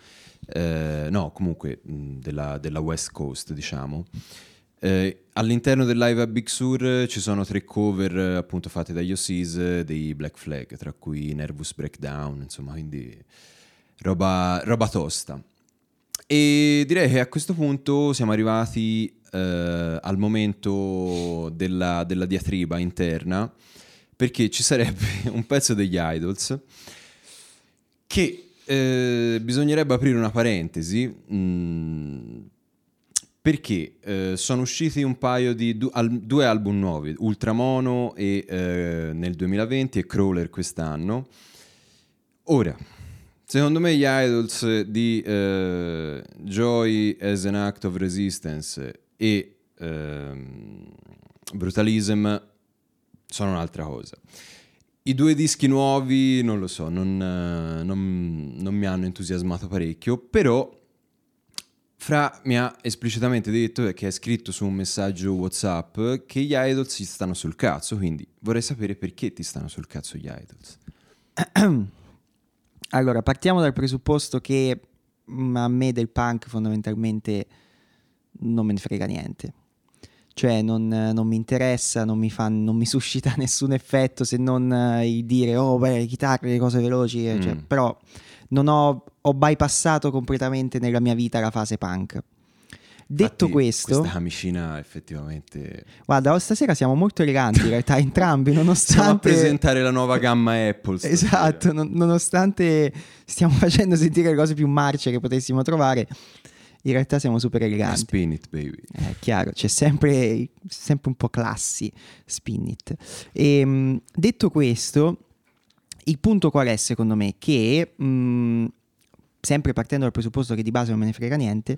[SPEAKER 1] no, comunque della West Coast, diciamo. All'interno del live a Big Sur ci sono 3 cover appunto fatte dagli OCs dei Black Flag, tra cui Nervous Breakdown, insomma, quindi roba tosta. E direi che a questo punto siamo arrivati al momento della diatriba interna, perché ci sarebbe un pezzo degli Idols che bisognerebbe aprire una parentesi, perché sono usciti un paio di due album nuovi, Ultramono nel 2020 e Crawler quest'anno. Ora, secondo me gli Idols di Joy as an Act of Resistance e Brutalism sono un'altra cosa. I due dischi nuovi, non lo so, non mi hanno entusiasmato parecchio, però Fra mi ha esplicitamente detto, che è scritto su un messaggio WhatsApp, che gli Idols ci stanno sul cazzo, quindi vorrei sapere perché ti stanno sul cazzo gli Idols.
[SPEAKER 2] Allora, partiamo dal presupposto che a me del punk fondamentalmente non me ne frega niente. Cioè non mi interessa, non mi suscita nessun effetto, se non il dire oh beh, le chitarre, le cose veloci, cioè, però non ho bypassato completamente nella mia vita la fase punk. Detto questo,
[SPEAKER 1] questa camicina effettivamente,
[SPEAKER 2] guarda, stasera siamo molto eleganti in realtà entrambi, nonostante
[SPEAKER 1] stiamo a presentare la nuova gamma Apple stasera.
[SPEAKER 2] Esatto, nonostante stiamo facendo sentire le cose più marce che potessimo trovare, in realtà siamo super eleganti.
[SPEAKER 1] Spin it, baby.
[SPEAKER 2] Chiaro, c'è sempre un po' classi, spin it. Detto questo, il punto qual è secondo me? Che sempre partendo dal presupposto che di base non me ne frega niente,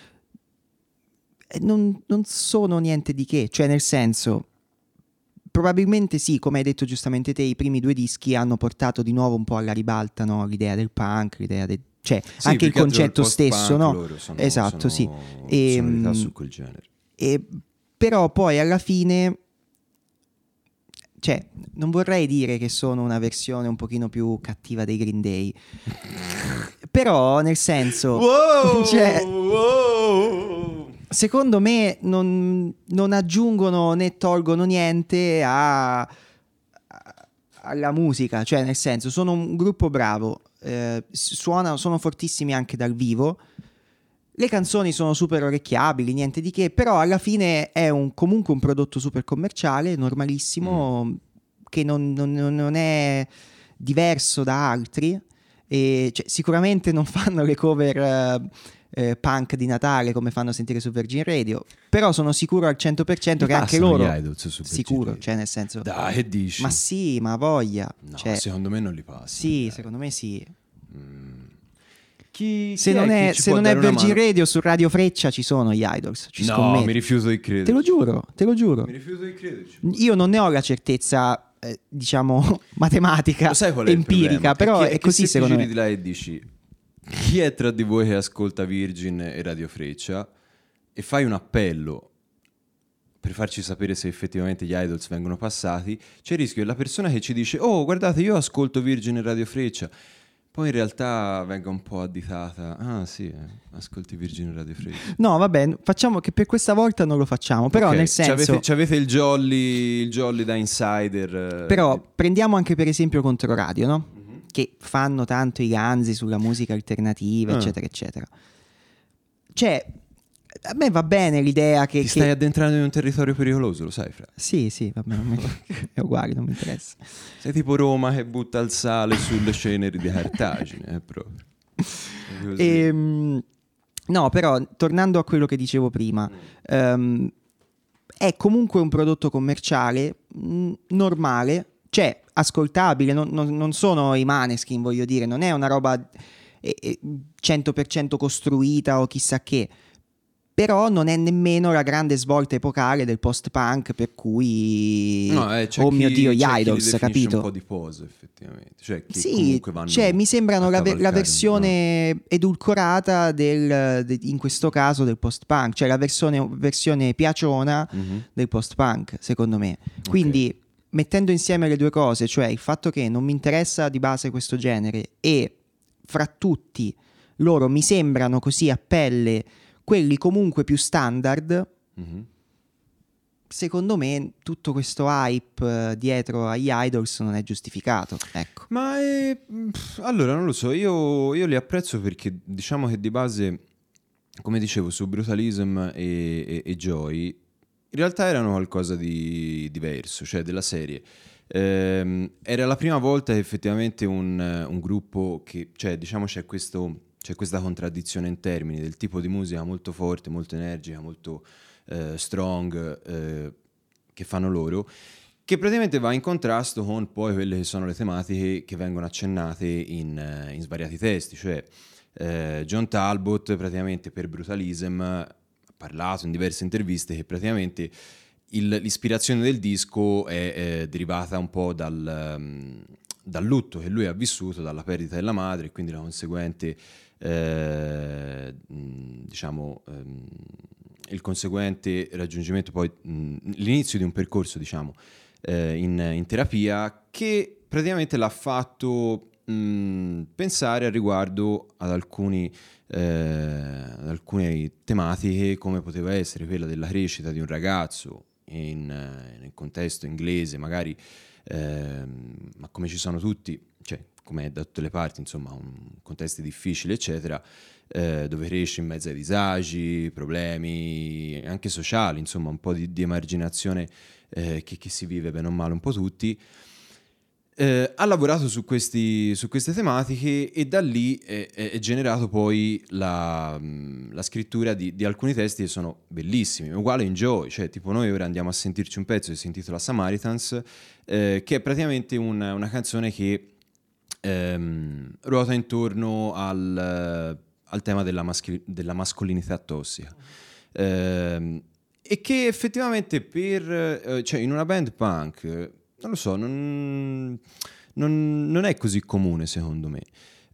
[SPEAKER 2] non sono niente di che. Cioè nel senso, probabilmente sì, come hai detto giustamente te, i primi due dischi hanno portato di nuovo un po' alla ribalta, no? L'idea del punk, l'idea del... Cioè, sì, anche il concetto stesso, no? Esatto, sì.
[SPEAKER 1] Sonorità su quel genere.
[SPEAKER 2] Però poi alla fine, cioè, non vorrei dire che sono una versione un pochino più cattiva dei Green Day. Però, nel senso,
[SPEAKER 1] wow,
[SPEAKER 2] cioè,
[SPEAKER 1] wow.
[SPEAKER 2] Secondo me non aggiungono né tolgono niente alla musica. Cioè, nel senso, sono un gruppo bravo. Sono fortissimi anche dal vivo, le canzoni sono super orecchiabili, niente di che, però alla fine è comunque un prodotto super commerciale, normalissimo, che non è diverso da altri, e cioè, sicuramente non fanno le cover punk di Natale come fanno sentire su Virgin Radio, però sono sicuro al 100% che anche loro sicuro, cioè nel senso,
[SPEAKER 1] dai, che dici?
[SPEAKER 2] ma sì, ma voglia,
[SPEAKER 1] no,
[SPEAKER 2] cioè,
[SPEAKER 1] secondo me non li passa.
[SPEAKER 2] sì, secondo me sì.
[SPEAKER 1] Se non è
[SPEAKER 2] Virgin Radio, su Radio Freccia ci sono gli Idols, ci scommetto.
[SPEAKER 1] Mi rifiuto di credere.
[SPEAKER 2] Te lo giuro.
[SPEAKER 1] Mi rifiuto di crederci.
[SPEAKER 2] Io non ne ho la certezza diciamo matematica,
[SPEAKER 1] lo sai qual è
[SPEAKER 2] empirica, però è così secondo me.
[SPEAKER 1] Di là e dici: chi è tra di voi che ascolta Virgin e Radio Freccia, e fai un appello per farci sapere se effettivamente gli Idols vengono passati, c'è il rischio che la persona che ci dice oh guardate io ascolto Virgin e Radio Freccia, poi in realtà venga un po' additata. Ah sì, ascolti Virgin e Radio Freccia.
[SPEAKER 2] No vabbè, facciamo che per questa volta non lo facciamo, però
[SPEAKER 1] okay,
[SPEAKER 2] nel senso
[SPEAKER 1] c'avete il jolly da insider,
[SPEAKER 2] però prendiamo anche per esempio Controradio, no? Che fanno tanto i ganzi sulla musica alternativa, eccetera, eccetera. Cioè, a me va bene l'idea che...
[SPEAKER 1] Ti stai addentrando in un territorio pericoloso, lo sai, Fra?
[SPEAKER 2] Sì, va bene, è uguale, non mi interessa.
[SPEAKER 1] Sei tipo Roma che butta il sale sulle ceneri di Cartagine, proprio.
[SPEAKER 2] No, però, tornando a quello che dicevo prima, è comunque un prodotto commerciale, normale, cioè ascoltabile, non sono i Maneskin, voglio dire, non è una roba 100% costruita o chissà che, però non è nemmeno la grande svolta epocale del post-punk per cui oh mio Dio, gli Idols, capito?
[SPEAKER 1] Un po' di pose effettivamente, cioè che
[SPEAKER 2] sì,
[SPEAKER 1] comunque vanno,
[SPEAKER 2] cioè mi sembrano la versione edulcorata in questo caso del post-punk, cioè la versione piaciona del post-punk, secondo me. Quindi mettendo insieme le due cose, cioè il fatto che non mi interessa di base questo genere e fra tutti loro mi sembrano così a pelle quelli comunque più standard, secondo me tutto questo hype dietro agli idols non è giustificato, ecco.
[SPEAKER 1] Ma allora non lo so, io li apprezzo perché diciamo che di base, come dicevo, su Brutalism e Joy in realtà erano qualcosa di diverso, cioè della serie. Era la prima volta che effettivamente un gruppo che, cioè diciamo c'è questa contraddizione in termini del tipo di musica molto forte, molto energica, molto strong che fanno loro, che praticamente va in contrasto con poi quelle che sono le tematiche che vengono accennate in svariati testi, cioè John Talbot praticamente per Brutalism ha parlato in diverse interviste che praticamente l'ispirazione del disco è derivata un po' dal lutto che lui ha vissuto, dalla perdita della madre e quindi la conseguente il conseguente raggiungimento poi l'inizio di un percorso diciamo in terapia che praticamente l'ha fatto pensare al riguardo ad alcune tematiche come poteva essere quella della crescita di un ragazzo nel contesto inglese magari ma come ci sono tutti, cioè come è da tutte le parti, insomma, contesti difficili eccetera, dove cresce in mezzo ai disagi, problemi anche sociali, insomma un po' di emarginazione che si vive bene o male un po' tutti. Ha lavorato su queste tematiche e da lì è generato poi la scrittura di alcuni testi che sono bellissimi, uguale in Joy, cioè tipo noi ora andiamo a sentirci un pezzo che si intitola Samaritans, che è praticamente una canzone che ruota intorno al tema della mascolinità tossica, e che effettivamente cioè in una band punk non lo so, non è così comune secondo me.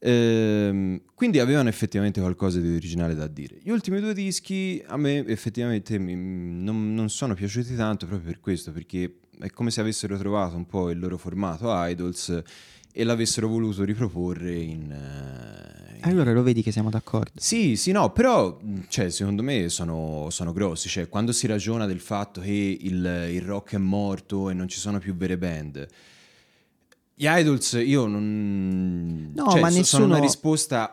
[SPEAKER 1] Quindi avevano effettivamente qualcosa di originale da dire. Gli ultimi 2 dischi a me effettivamente non sono piaciuti tanto proprio per questo, perché è come se avessero trovato un po' il loro formato idols e l'avessero voluto riproporre
[SPEAKER 2] allora lo vedi che siamo d'accordo.
[SPEAKER 1] Sì, no, però cioè, secondo me sono grossi, cioè quando si ragiona del fatto che il rock è morto e non ci sono più vere band, gli idols io non...
[SPEAKER 2] No, ma nessuno...
[SPEAKER 1] sono una risposta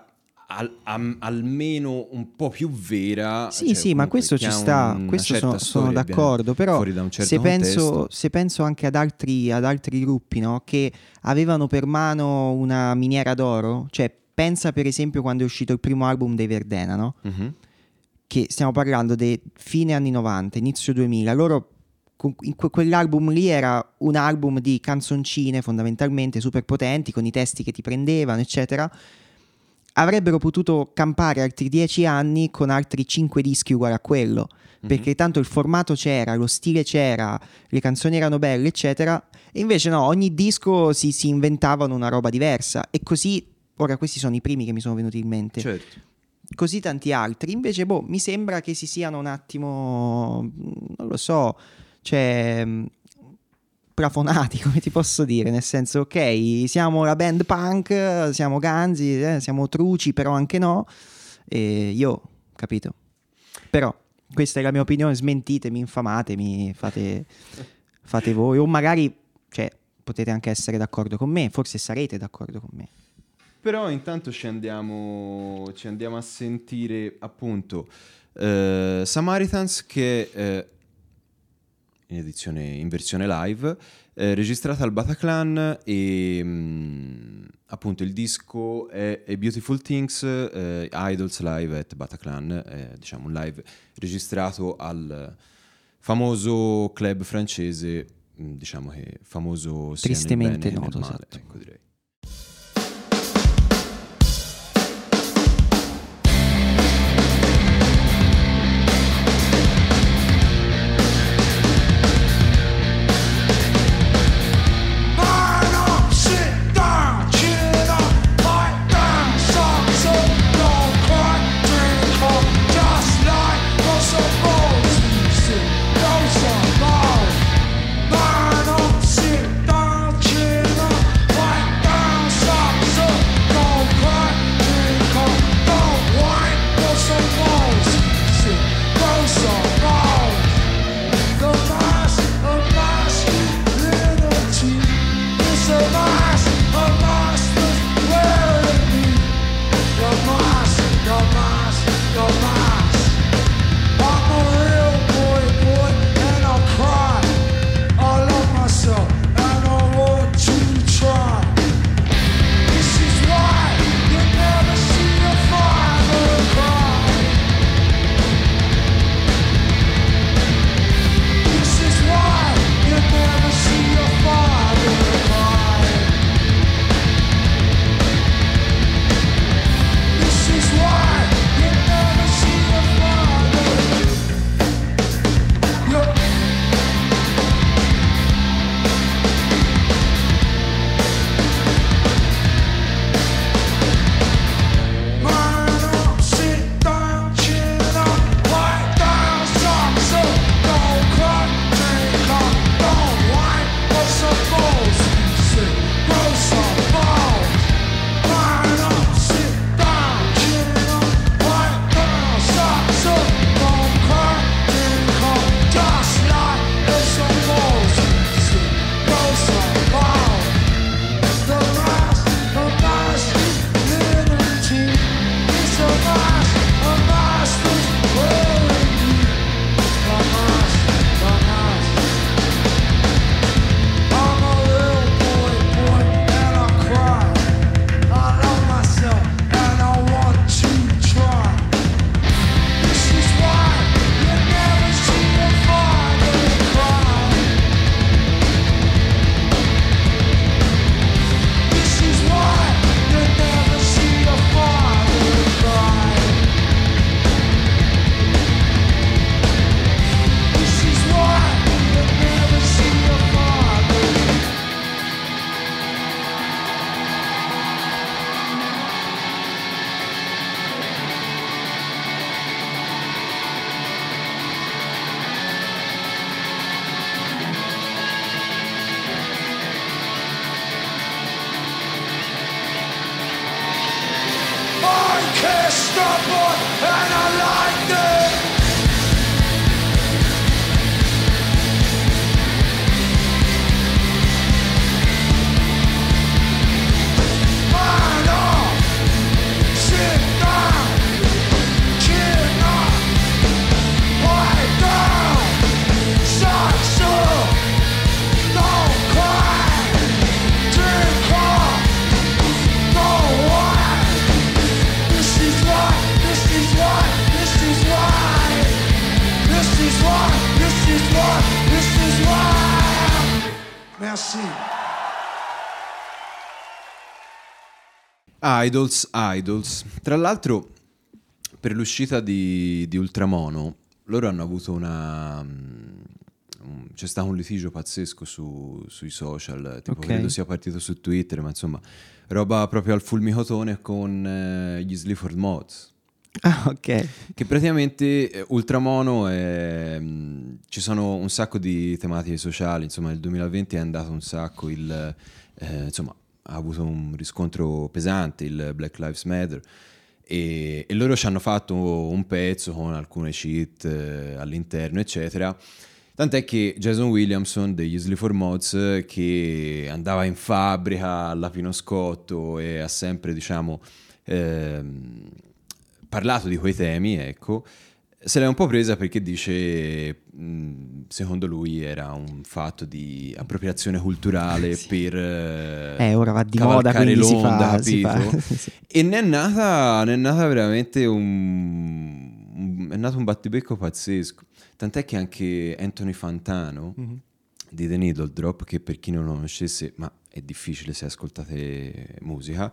[SPEAKER 1] almeno un po' più vera.
[SPEAKER 2] Sì, ma questo ci sta, questo sono d'accordo, però certo se penso anche ad altri gruppi, no, che avevano per mano una miniera d'oro, cioè pensa per esempio quando è uscito il primo album dei Verdena, no? Mm-hmm. Che stiamo parlando di fine anni 90, inizio 2000, loro quell'album lì era un album di canzoncine fondamentalmente super potenti, con i testi che ti prendevano eccetera. Avrebbero potuto campare altri 10 anni con altri 5 dischi uguali a quello, perché tanto il formato c'era, lo stile c'era, le canzoni erano belle eccetera, e invece no, ogni disco si inventavano una roba diversa, e così, ora questi sono i primi che mi sono venuti in mente,
[SPEAKER 1] certo.
[SPEAKER 2] Così tanti altri, invece mi sembra che si siano un attimo, non lo so, cioè plafonati, come ti posso dire, nel senso, ok, siamo la band punk, siamo ganzi, siamo truci, però anche no, e io, capito, però questa è la mia opinione, smentitemi, infamatemi, fate voi, o magari, cioè, potete anche essere d'accordo con me, forse sarete d'accordo con me.
[SPEAKER 1] Però intanto ci andiamo a sentire appunto Samaritans, che è in versione live, registrata al Bataclan, e appunto il disco è A Beautiful Things, Idols Live at Bataclan, diciamo un live registrato al famoso club francese, diciamo che famoso sia
[SPEAKER 2] tristemente
[SPEAKER 1] nel bene
[SPEAKER 2] noto,
[SPEAKER 1] nel male,
[SPEAKER 2] esatto.
[SPEAKER 1] ecco, direi.
[SPEAKER 3] Sit down, chill out, sì.
[SPEAKER 1] Idols. Tra l'altro, per l'uscita di Ultramono, loro hanno avuto c'è stato un litigio pazzesco sui social, tipo credo sia partito su Twitter, ma insomma, roba proprio al fulmicotone con gli Sleaford Mods.
[SPEAKER 2] Ah, ok.
[SPEAKER 1] Che praticamente Ultramono ci sono un sacco di tematiche sociali, insomma nel 2020 è andato un sacco insomma ha avuto un riscontro pesante il Black Lives Matter e loro ci hanno fatto un pezzo con alcune cheat all'interno eccetera, tant'è che Jason Williamson degli Sleaford Mods, che andava in fabbrica alla Pinoscotto e ha sempre diciamo parlato di quei temi, ecco, se l'è un po' presa perché dice secondo lui era un fatto di appropriazione culturale sì. Per
[SPEAKER 2] ora va di moda, quindi
[SPEAKER 1] l'onda,
[SPEAKER 2] si fa.
[SPEAKER 1] Sì. E ne è nata veramente è nato un battibecco pazzesco, tant'è che anche Anthony Fantano di The Needle Drop, che per chi non lo conoscesse, ma è difficile se ascoltate musica,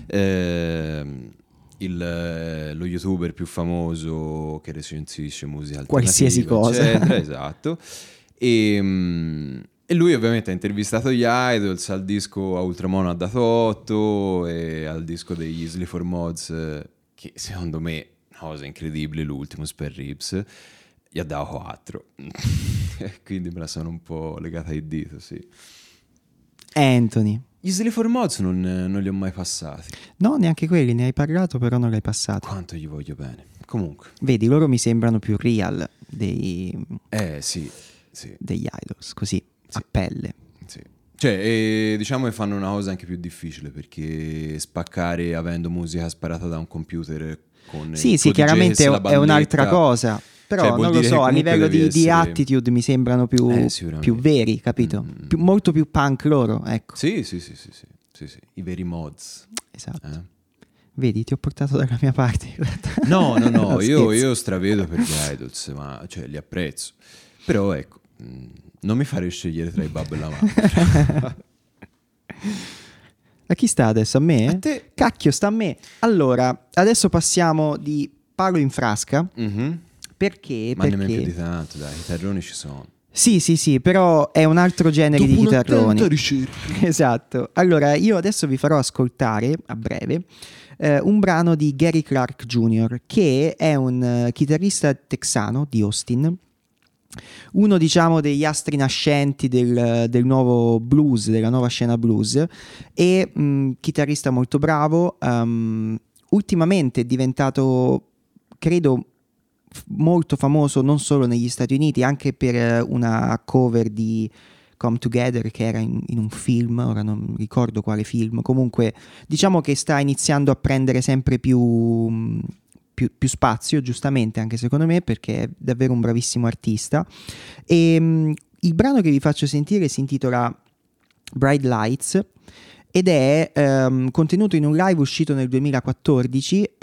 [SPEAKER 1] lo youtuber più famoso che recensisce musica
[SPEAKER 2] qualsiasi cosa
[SPEAKER 1] eccetera, esatto, e lui ovviamente ha intervistato gli Idols, al disco a Ultramono ha dato 8 e al disco degli Sleaford Mods, che secondo me una cosa incredibile, l'ultimo Spare Ribs, gli ha dato 4 quindi me la sono un po' legata ai dito, sì.
[SPEAKER 2] Anthony,
[SPEAKER 1] gli Sleaford Mods non li ho mai passati.
[SPEAKER 2] No, neanche quelli, ne hai parlato però non li hai passati.
[SPEAKER 1] Quanto gli voglio bene. Comunque,
[SPEAKER 2] vedi, loro mi sembrano più real
[SPEAKER 1] sì.
[SPEAKER 2] degli Idols, così, sì. A pelle.
[SPEAKER 1] Sì. Cioè, diciamo che fanno una cosa anche più difficile, perché spaccare avendo musica sparata da un computer con
[SPEAKER 2] sì, chiaramente è un'altra cosa. Però
[SPEAKER 1] cioè,
[SPEAKER 2] non lo so, a livello di attitude mi sembrano più veri, capito? Molto più punk loro, ecco.
[SPEAKER 1] Sì, i veri mods.
[SPEAKER 2] Esatto. Vedi, ti ho portato dalla mia parte in realtà.
[SPEAKER 1] No, io stravedo per gli Idols, ma cioè li apprezzo. Però ecco, non mi fare scegliere tra i Bab e la mamma.
[SPEAKER 2] A chi sta adesso? A me?
[SPEAKER 1] A te.
[SPEAKER 2] Cacchio, sta a me. Allora, adesso passiamo di Palo in frasca. Perché?
[SPEAKER 1] Ma nemmeno più di tanto, dai, i chitarroni ci sono.
[SPEAKER 2] Sì, però è un altro genere di chitarroni.
[SPEAKER 1] Ricerca.
[SPEAKER 2] Esatto. Allora, io adesso vi farò ascoltare, a breve, un brano di Gary Clark Jr., che è un chitarrista texano di Austin, uno diciamo degli astri nascenti del nuovo blues, della nuova scena blues, e chitarrista molto bravo. Ultimamente è diventato, credo, molto famoso non solo negli Stati Uniti, anche per una cover di Come Together che era in un film, ora non ricordo quale film. Comunque diciamo che sta iniziando a prendere sempre più spazio, giustamente anche secondo me, perché è davvero un bravissimo artista. E il brano che vi faccio sentire si intitola Bright Lights ed è contenuto in un live uscito nel 2014,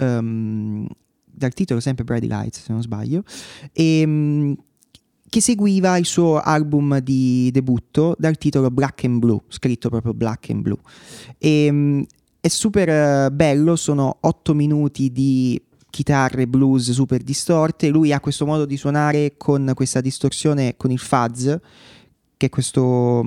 [SPEAKER 2] dal titolo sempre Bright Lights se non sbaglio, e che seguiva il suo album di debutto dal titolo Black and Blue, scritto proprio Black and Blue. E è super bello, sono 8 minuti di chitarre blues super distorte. Lui ha questo modo di suonare con questa distorsione, con il fuzz, che è questo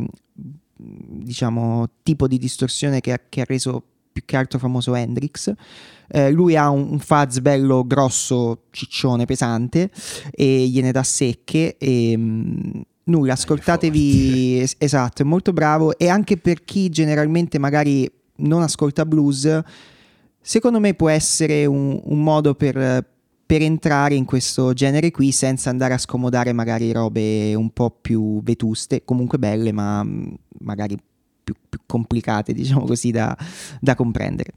[SPEAKER 2] diciamo tipo di distorsione che ha reso più che altro famoso Hendrix. Lui ha un fuzz bello grosso, ciccione, pesante, e gliene dà secche. E nulla, ascoltatevi. Esatto, è molto bravo. E anche per chi generalmente magari non ascolta blues, secondo me può essere un modo per entrare in questo genere qui senza andare a scomodare magari robe un po' più vetuste, comunque belle, ma magari più complicate, diciamo così, da comprendere.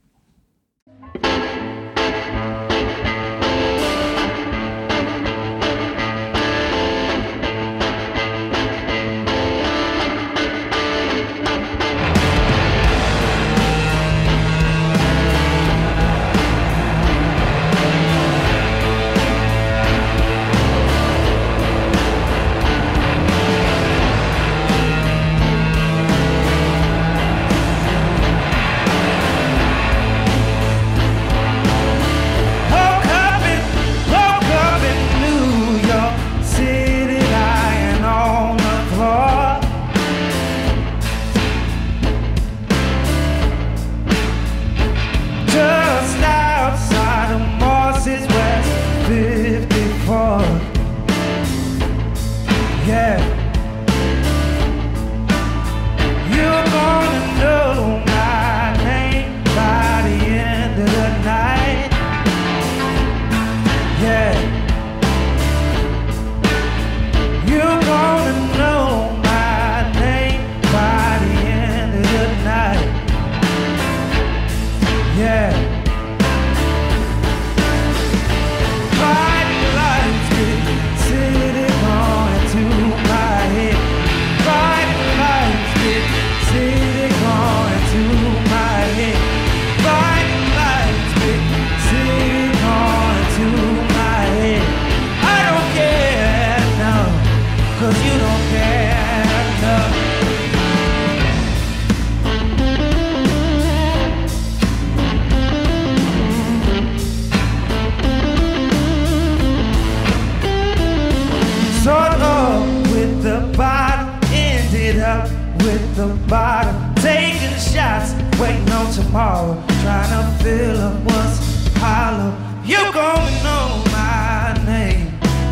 [SPEAKER 3] the bottom, taking shots, waiting on tomorrow, trying to fill up what's hollow. You're gonna know my name.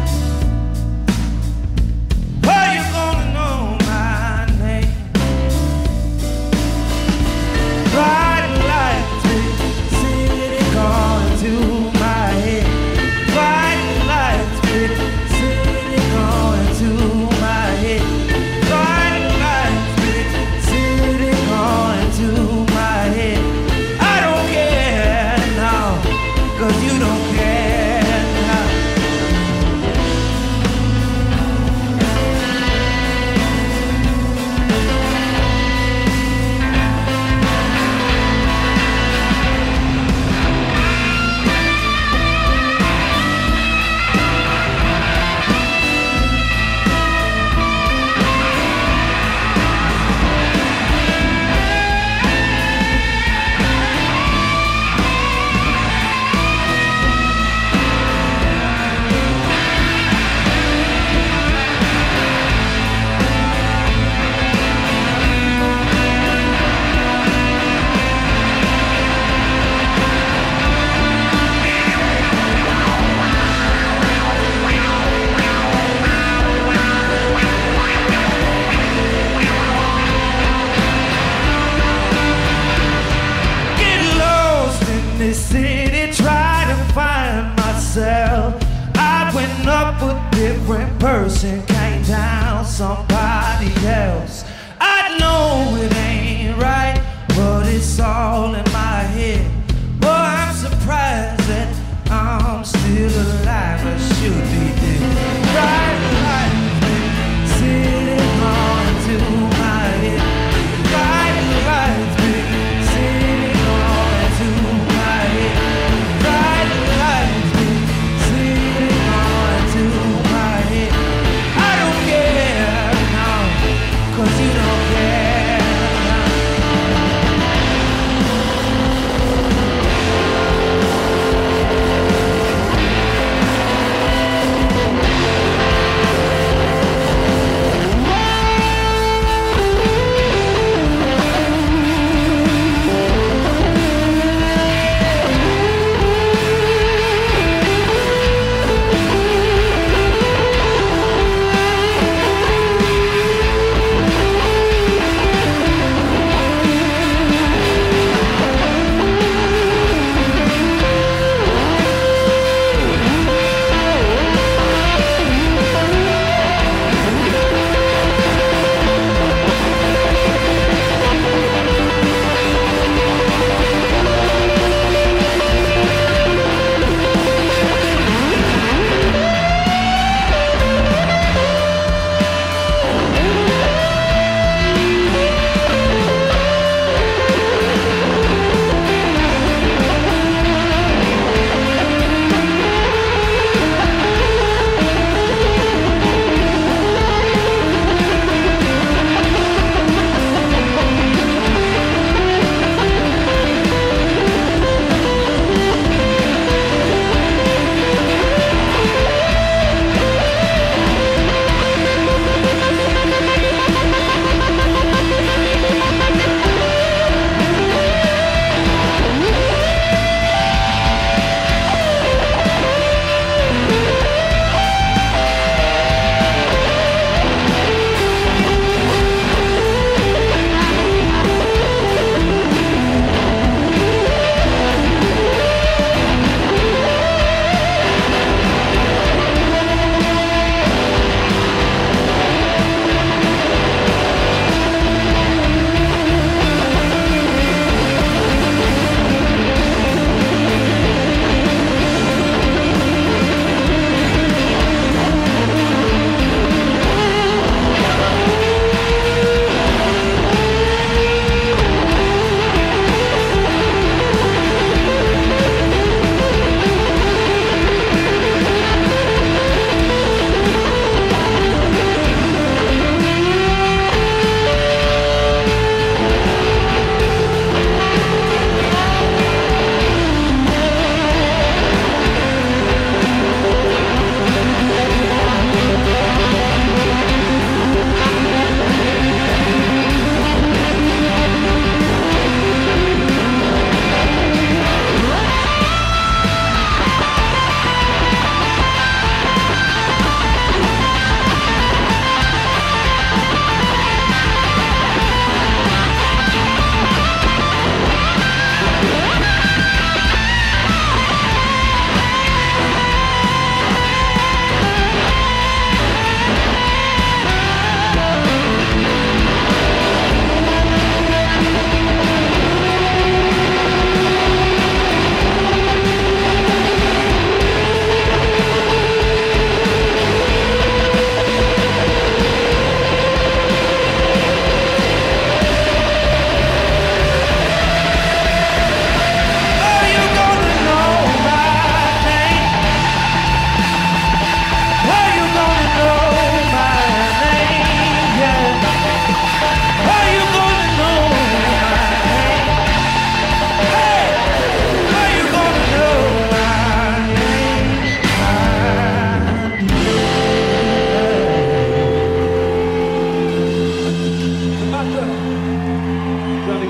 [SPEAKER 3] Oh, you're gonna know my name. Bright lights, big city going to my head. Bright lights, big city going to my head. Bright lights, big city going to my head. I don't care now, 'cause you don't care now. Get lost in this city, try to find myself. I went up a different person, came down somebody else. I know it ain't right, but it's all in my head. Boy, I'm surprised that I'm still alive. I should be dead. Bright lights, big city going to my head. Bright lights, big city going to my head. Bright lights, big city going to my head. I don't care now, 'cause you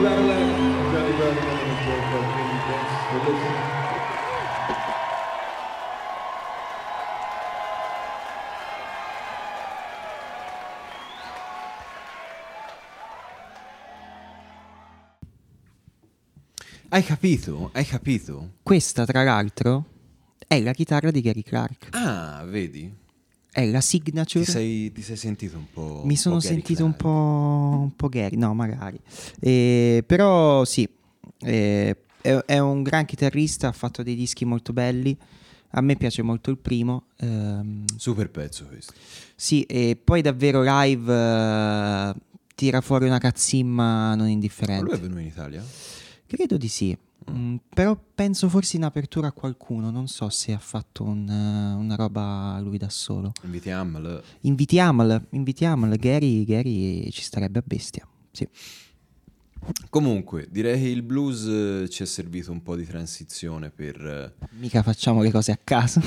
[SPEAKER 1] Hai capito? Hai capito?
[SPEAKER 2] Questa, tra l'altro, è la chitarra di Gary Clark.
[SPEAKER 1] Ah, vedi?
[SPEAKER 2] È la signature.
[SPEAKER 1] Ti sei sentito un po'.
[SPEAKER 2] Mi sono
[SPEAKER 1] Gary
[SPEAKER 2] sentito
[SPEAKER 1] Clark.
[SPEAKER 2] un po' Gary, no, magari. Però sì, è un gran chitarrista, ha fatto dei dischi molto belli. A me piace molto il primo.
[SPEAKER 1] Super pezzo questo.
[SPEAKER 2] Sì, e poi davvero live tira fuori una cazzimma non
[SPEAKER 1] Ma
[SPEAKER 2] indifferente.
[SPEAKER 1] lui è venuto in Italia?
[SPEAKER 2] Credo di sì. Però penso forse in apertura a qualcuno, non so se ha fatto una roba lui da solo.
[SPEAKER 1] Invitiamolo.
[SPEAKER 2] Invitiamolo, Gary ci starebbe a bestia. Sì.
[SPEAKER 1] Comunque, direi che il blues ci è servito un po' di transizione per...
[SPEAKER 2] Mica facciamo le cose a caso.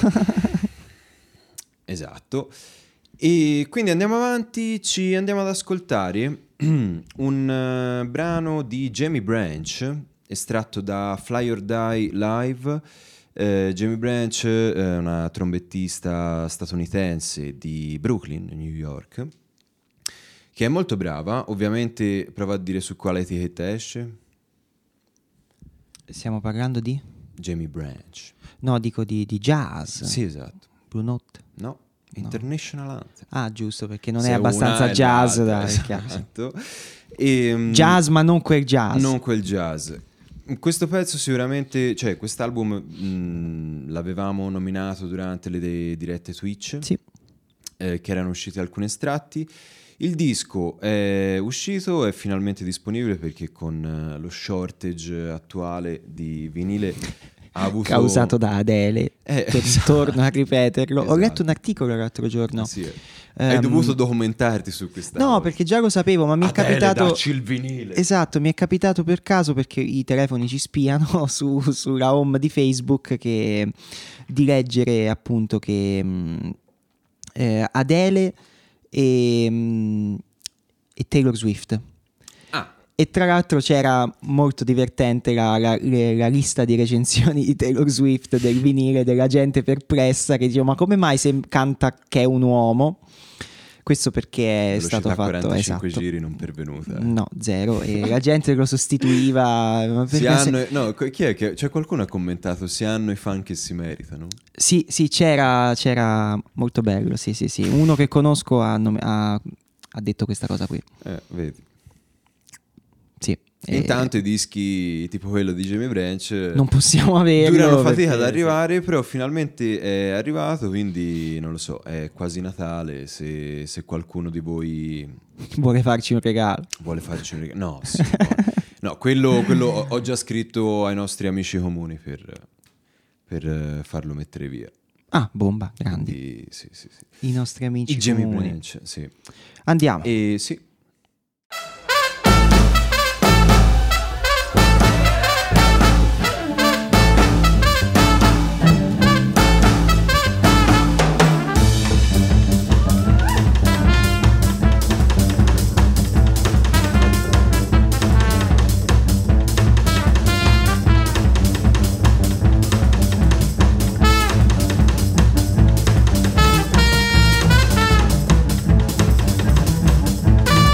[SPEAKER 1] Esatto. E quindi andiamo avanti, ci andiamo ad ascoltare un brano di Jamie Branch, estratto da Fly or Die Live. Jamie Branch è una trombettista statunitense di Brooklyn, New York, che è molto brava. Ovviamente prova a dire su quale etichetta esce.
[SPEAKER 2] Stiamo parlando di?
[SPEAKER 1] Jamie Branch.
[SPEAKER 2] No, dico di jazz.
[SPEAKER 1] Sì, esatto.
[SPEAKER 2] Blue Note.
[SPEAKER 1] No, International Anthem.
[SPEAKER 2] Ah, giusto, perché non
[SPEAKER 1] Se
[SPEAKER 2] è abbastanza
[SPEAKER 1] una è
[SPEAKER 2] jazz.
[SPEAKER 1] l'altra,
[SPEAKER 2] È chiaro, sì.
[SPEAKER 1] esatto.
[SPEAKER 2] Jazz, ma non quel jazz.
[SPEAKER 1] Non quel jazz. Questo pezzo sicuramente, cioè quest'album l'avevamo nominato durante le dirette Twitch,
[SPEAKER 2] Sì.
[SPEAKER 1] che erano usciti alcuni estratti. Il disco è uscito, è finalmente disponibile perché con lo shortage attuale di vinile ha avuto...
[SPEAKER 2] Causato da Adele. Torno a ripeterlo. Ho
[SPEAKER 1] Esatto.
[SPEAKER 2] letto un articolo l'altro giorno.
[SPEAKER 1] Sì, hai dovuto documentarti su questa
[SPEAKER 2] No,
[SPEAKER 1] cosa.
[SPEAKER 2] perché già lo sapevo, ma mi è
[SPEAKER 1] Adele,
[SPEAKER 2] capitato.
[SPEAKER 1] dacci il vinile.
[SPEAKER 2] Esatto, mi è capitato per caso perché i telefoni ci spiano sulla home di Facebook di leggere appunto che Adele e Taylor Swift. E tra l'altro c'era molto divertente la lista di recensioni di Taylor Swift del vinile, della gente perplessa che diceva: ma come mai se canta che è un uomo? Questo perché è stato fatto
[SPEAKER 1] 45
[SPEAKER 2] esatto.
[SPEAKER 1] giri non pervenute.
[SPEAKER 2] No, zero. E la gente lo sostituiva.
[SPEAKER 1] Chi è che c'è qualcuno ha commentato? Si hanno i fan che si meritano.
[SPEAKER 2] Sì, c'era molto bello. Sì. Uno che conosco ha detto questa cosa qui.
[SPEAKER 1] Vedi.
[SPEAKER 2] Sì.
[SPEAKER 1] Intanto i dischi tipo quello di Jamie Branch
[SPEAKER 2] non possiamo averlo.
[SPEAKER 1] Durano fatica ad
[SPEAKER 2] perché-
[SPEAKER 1] arrivare, però finalmente è arrivato, quindi non lo so, è quasi Natale. Se qualcuno di voi
[SPEAKER 2] Vuole farci un regalo.
[SPEAKER 1] vuole farci un regalo, no, sì, no, quello ho già scritto ai nostri amici comuni per farlo mettere via.
[SPEAKER 2] Ah, bomba, grandi.
[SPEAKER 1] Quindi, sì.
[SPEAKER 2] I nostri amici
[SPEAKER 1] I Jamie
[SPEAKER 2] comuni.
[SPEAKER 1] Branch, sì.
[SPEAKER 2] Andiamo.
[SPEAKER 1] E sì.
[SPEAKER 3] Thank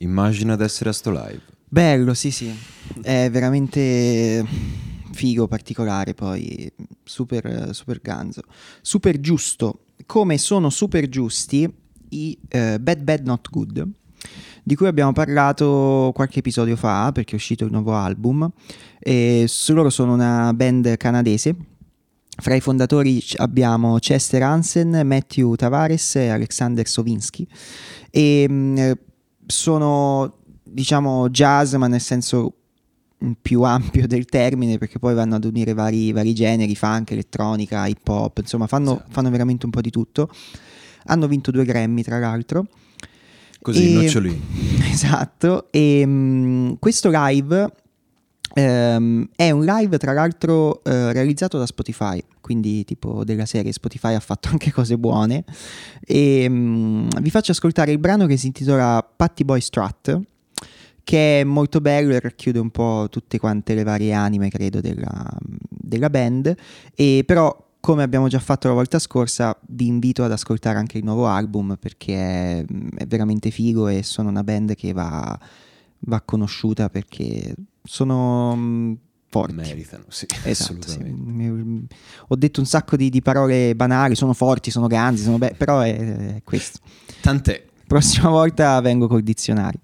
[SPEAKER 1] Immagina di essere a sto live.
[SPEAKER 2] Bello, sì, è veramente figo, particolare, poi super ganzo, super giusto, come sono super giusti i Bad Not Good, di cui abbiamo parlato qualche episodio fa perché è uscito il nuovo album, e loro sono una band canadese. Fra i fondatori abbiamo Chester Hansen, Matthew Tavares e Alexander Sowinsky, e sono, diciamo, jazz, ma nel senso più ampio del termine, perché poi vanno ad unire vari generi, funk, elettronica, hip hop, insomma fanno veramente un po' di tutto. Hanno vinto 2 Grammy, tra l'altro.
[SPEAKER 1] Così, nocciolini.
[SPEAKER 2] Esatto, e questo live è un live, tra l'altro, realizzato da Spotify, quindi tipo della serie Spotify ha fatto anche cose buone, e vi faccio ascoltare il brano che si intitola Patty Boy Strut, che è molto bello e racchiude un po' tutte quante le varie anime, credo, della band. E però, come abbiamo già fatto la volta scorsa, vi invito ad ascoltare anche il nuovo album, perché è veramente figo e sono una band che va conosciuta, perché sono forti.
[SPEAKER 1] Meritano, sì,
[SPEAKER 2] esatto,
[SPEAKER 1] assolutamente.
[SPEAKER 2] sì. Ho detto un sacco di parole banali, sono forti, sono ganzi, però è questo.
[SPEAKER 1] Tant'è.
[SPEAKER 2] Prossima volta vengo col dizionario.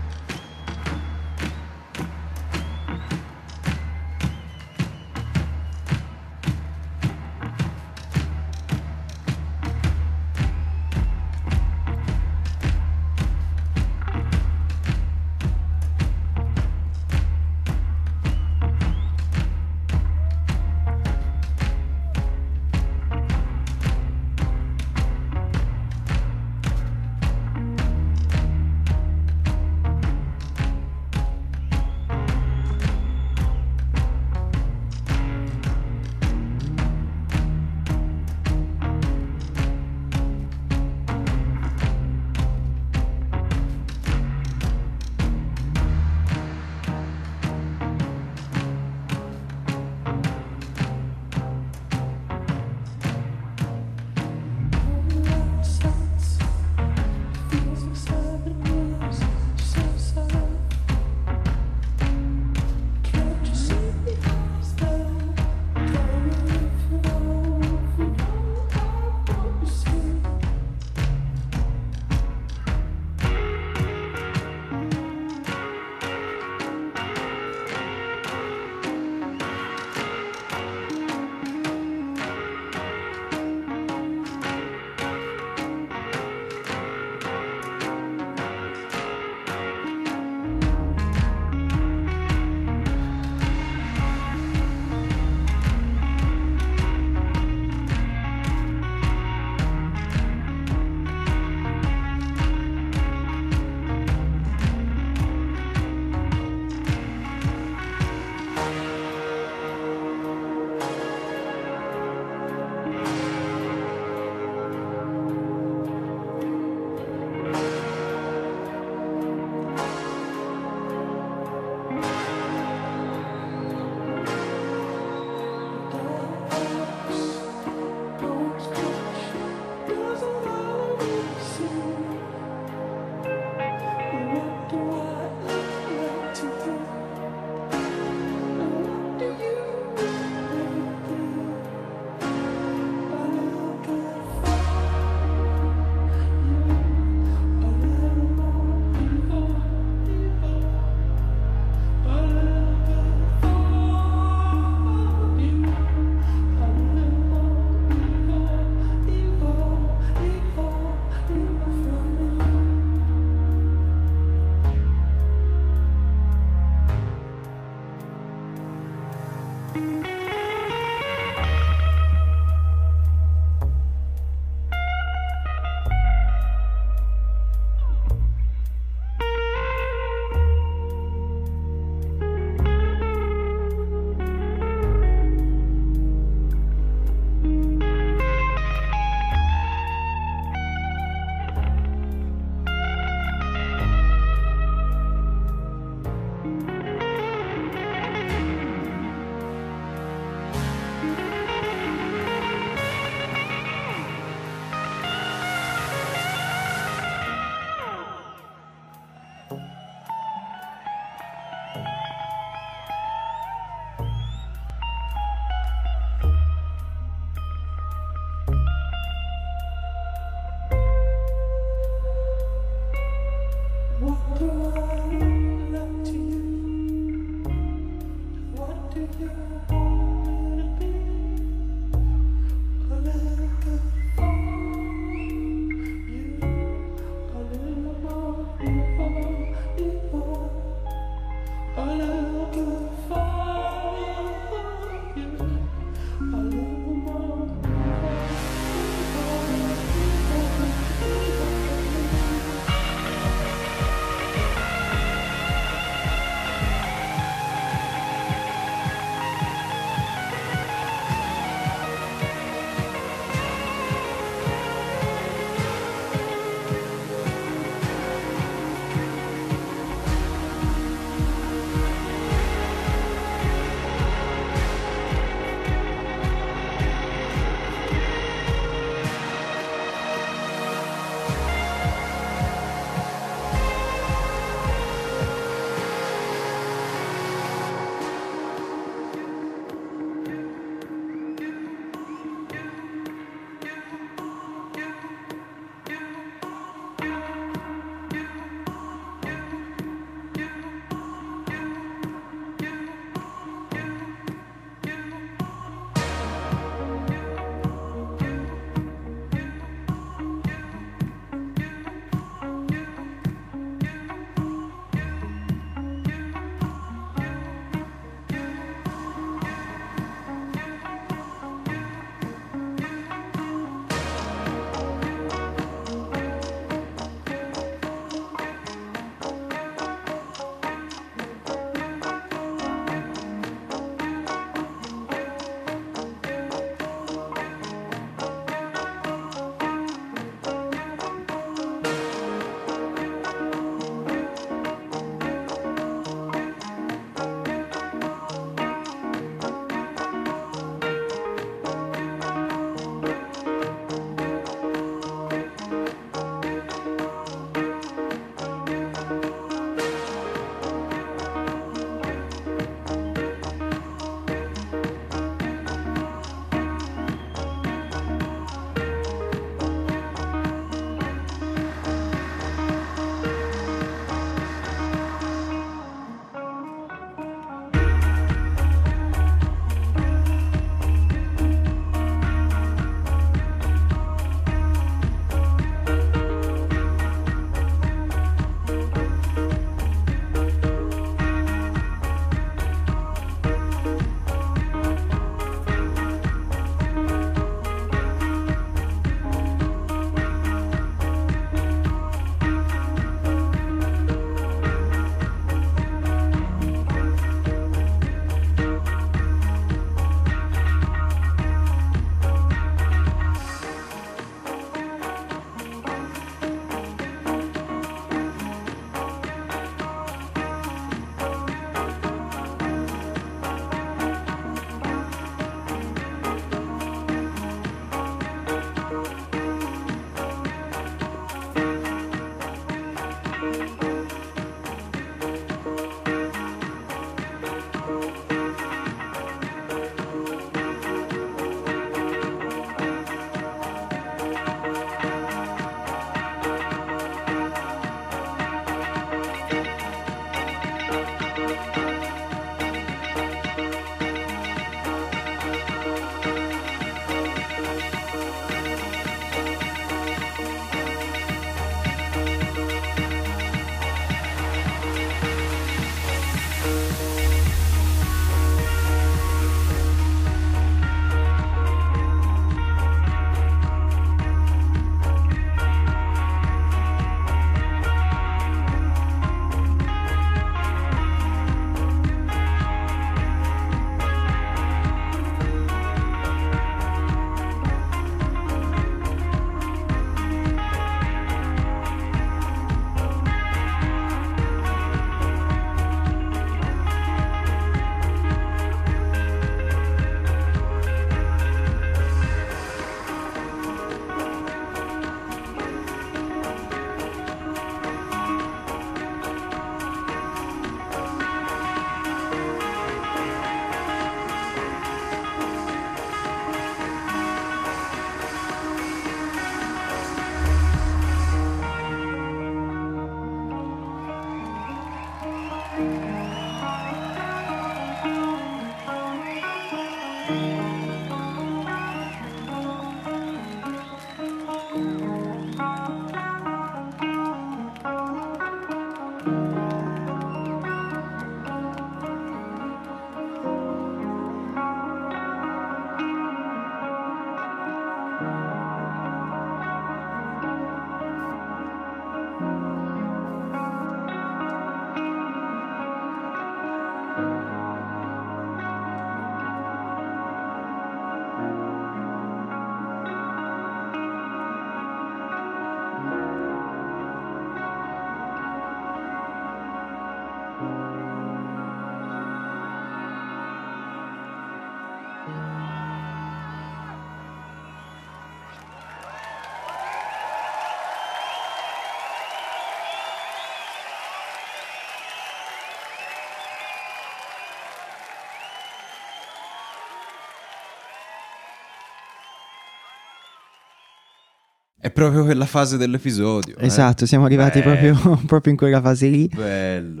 [SPEAKER 1] È proprio quella fase dell'episodio.
[SPEAKER 2] Esatto, siamo arrivati proprio in quella fase lì.
[SPEAKER 1] Bello.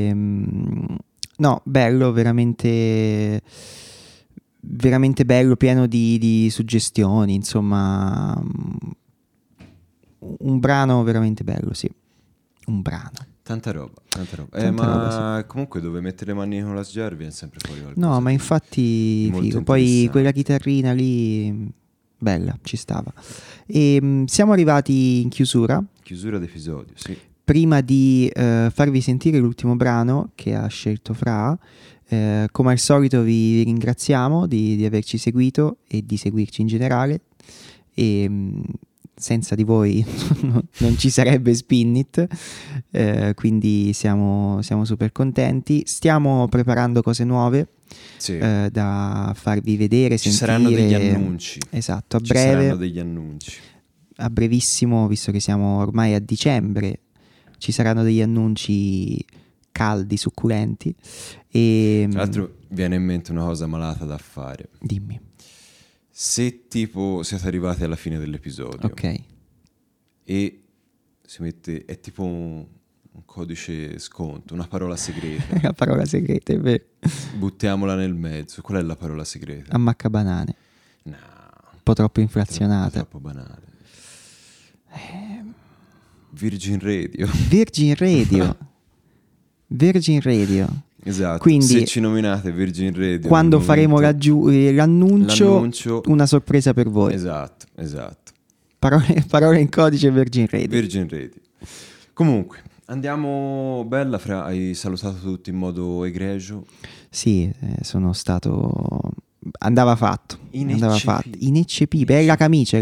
[SPEAKER 2] No, bello, veramente, veramente bello, pieno di suggestioni, insomma, un brano veramente bello, sì. Un brano.
[SPEAKER 1] Tanta roba.
[SPEAKER 2] Tanta
[SPEAKER 1] Ma
[SPEAKER 2] roba, sì.
[SPEAKER 1] comunque dove mettere le mani con la Jar viene sempre fuori qualcosa.
[SPEAKER 2] No, ma infatti
[SPEAKER 1] molto
[SPEAKER 2] figo. Poi
[SPEAKER 1] interessante.
[SPEAKER 2] quella chitarrina lì, bella, ci stava. E siamo arrivati in chiusura.
[SPEAKER 1] Chiusura d'episodio, sì.
[SPEAKER 2] Prima di farvi sentire l'ultimo brano che ha scelto Fra, come al solito vi ringraziamo di averci seguito e di seguirci in generale. E senza di voi non ci sarebbe Spinnit, quindi siamo super contenti. Stiamo preparando cose nuove,
[SPEAKER 1] Sì.
[SPEAKER 2] da farvi vedere,
[SPEAKER 1] Ci
[SPEAKER 2] sentire.
[SPEAKER 1] saranno degli annunci.
[SPEAKER 2] Esatto, a
[SPEAKER 1] Ci saranno
[SPEAKER 2] breve,
[SPEAKER 1] degli annunci.
[SPEAKER 2] a brevissimo, visto che siamo ormai a dicembre, ci saranno degli annunci caldi, succulenti. E
[SPEAKER 1] Tra l'altro viene in mente una cosa malata da fare.
[SPEAKER 2] dimmi.
[SPEAKER 1] Se tipo siete arrivati alla fine dell'episodio
[SPEAKER 2] Ok.
[SPEAKER 1] e si mette, è tipo un codice sconto, una parola segreta,
[SPEAKER 2] La parola segreta, è vero.
[SPEAKER 1] buttiamola nel mezzo. Qual è la parola segreta?
[SPEAKER 2] Ammacca banane,
[SPEAKER 1] No,
[SPEAKER 2] un po' troppo inflazionata.
[SPEAKER 1] troppo banale. Virgin Radio.
[SPEAKER 2] Virgin Radio. Virgin Radio.
[SPEAKER 1] Esatto.
[SPEAKER 2] Quindi,
[SPEAKER 1] se ci nominate Virgin Radio
[SPEAKER 2] Quando
[SPEAKER 1] nel
[SPEAKER 2] faremo
[SPEAKER 1] momento-
[SPEAKER 2] l'annuncio, una sorpresa per voi.
[SPEAKER 1] Esatto.
[SPEAKER 2] Parole in codice Virgin Radio.
[SPEAKER 1] Virgin Radio. Comunque, andiamo. Bella, Fra, hai salutato tutti in modo egregio.
[SPEAKER 2] Sì, sono stato. Andava fatto.
[SPEAKER 1] Ineccepibile.
[SPEAKER 2] Ineccepibile. È la camicia.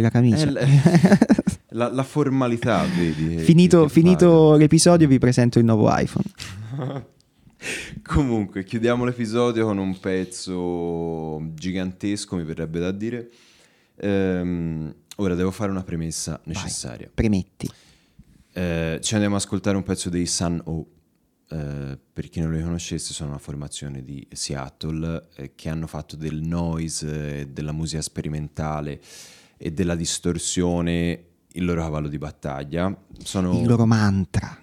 [SPEAKER 1] La formalità, vedi.
[SPEAKER 2] Finito
[SPEAKER 1] paga.
[SPEAKER 2] l'episodio, vi presento il nuovo iPhone.
[SPEAKER 1] Comunque, chiudiamo l'episodio con un pezzo gigantesco, mi verrebbe da dire. Ora devo fare una premessa necessaria.
[SPEAKER 2] Vai, premetti.
[SPEAKER 1] Ci andiamo ad ascoltare un pezzo dei Sun O. Per chi non li conoscesse, sono una formazione di Seattle che hanno fatto del noise, della musica sperimentale e della distorsione il loro cavallo di battaglia.
[SPEAKER 2] Il loro mantra.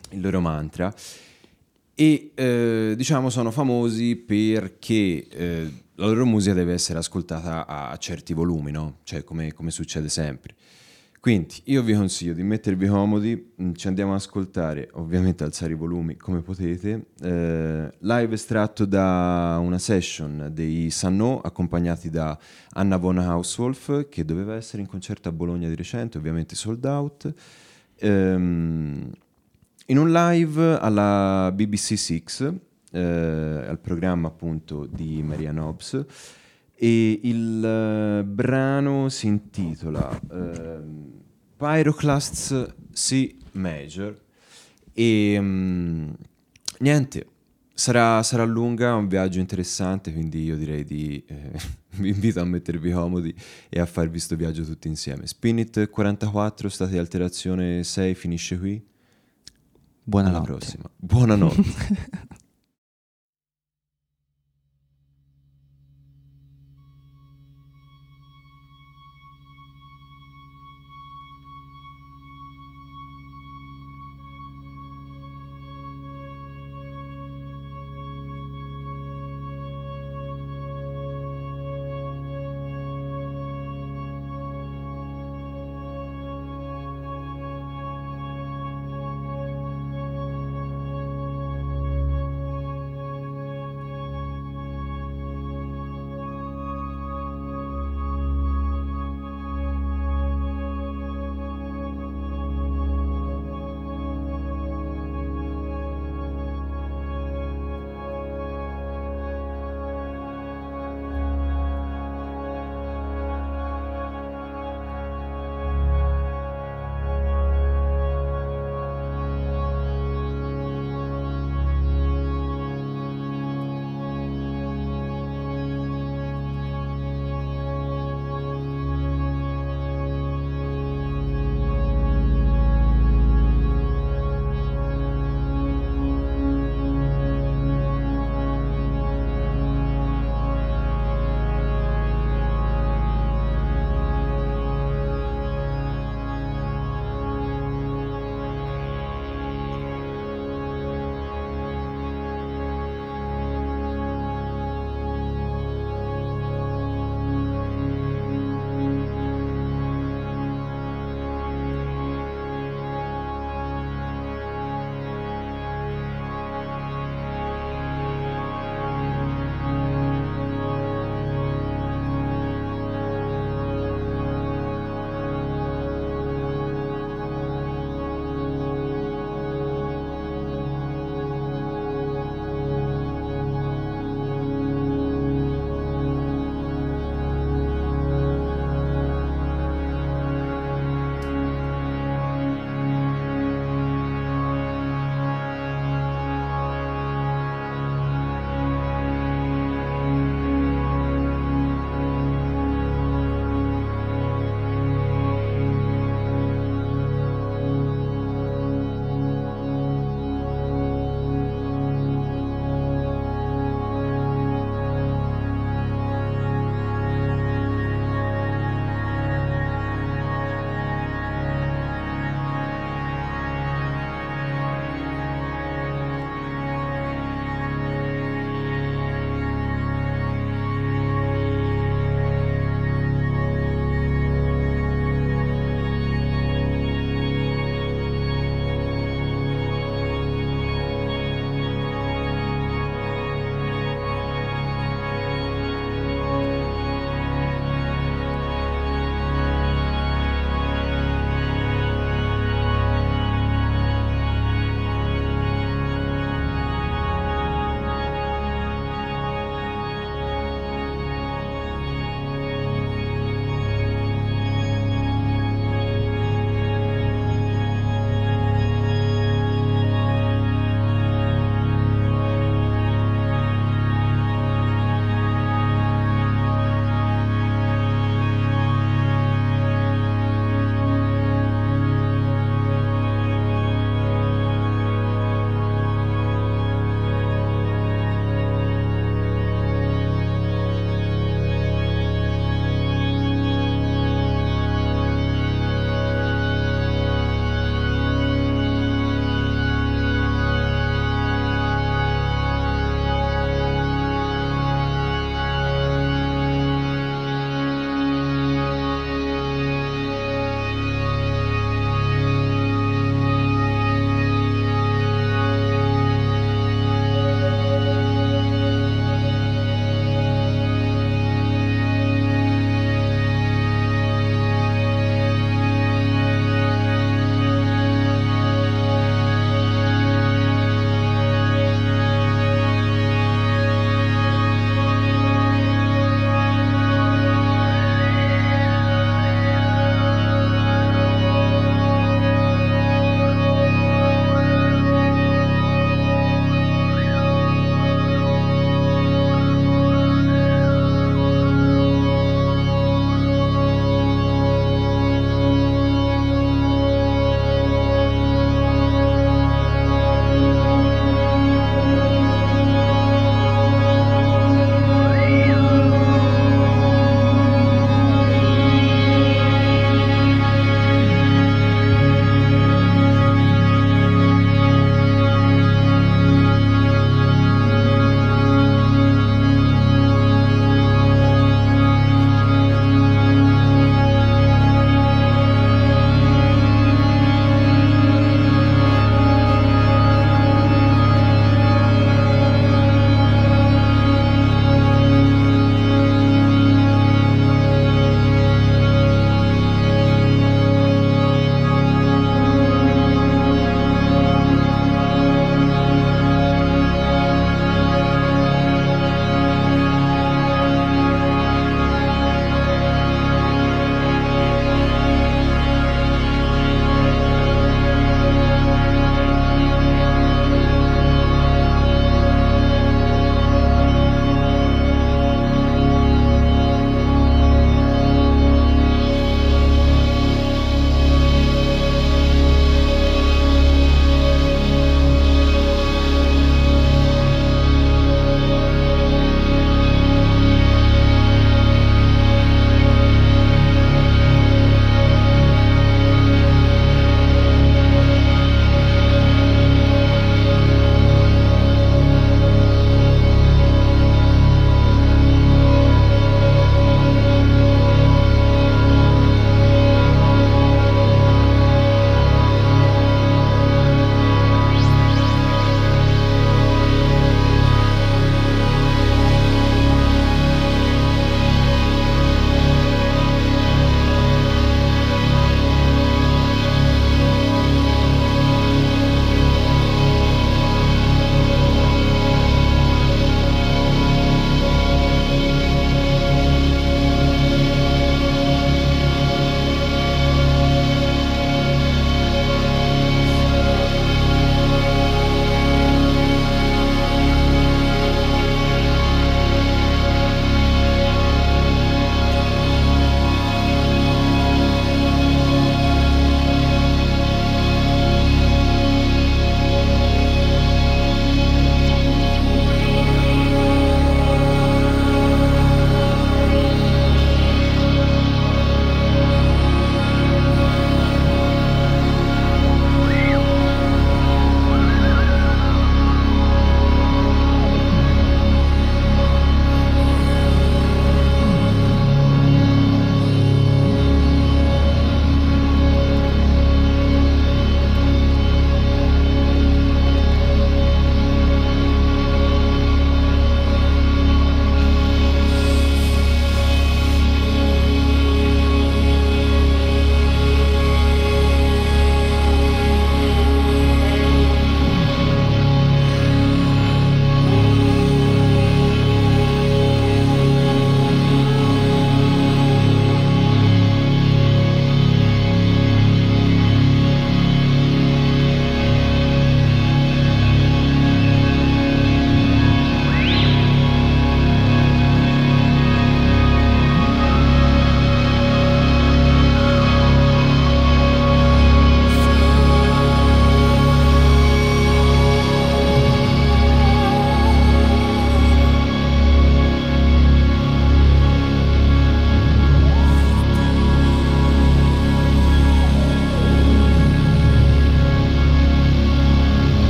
[SPEAKER 1] E diciamo sono famosi perché la loro musica deve essere ascoltata a certi volumi, no? Cioè come succede sempre. Quindi io vi consiglio di mettervi comodi, ci andiamo ad ascoltare, ovviamente alzare i volumi come potete, live estratto da una session dei Sanno accompagnati da Anna von Hauswolf, che doveva essere in concerto a Bologna di recente, ovviamente sold out, in un live alla BBC Six, al programma appunto di Marianne Hobbs, e il brano si intitola Pyroclasts C Major e niente, sarà lunga, un viaggio interessante, quindi io direi di vi invito a mettervi comodi e a farvi sto viaggio tutti insieme. Spinit 44, state di alterazione 6, finisce qui.
[SPEAKER 2] Buonanotte.
[SPEAKER 1] Alla prossima. Buonanotte.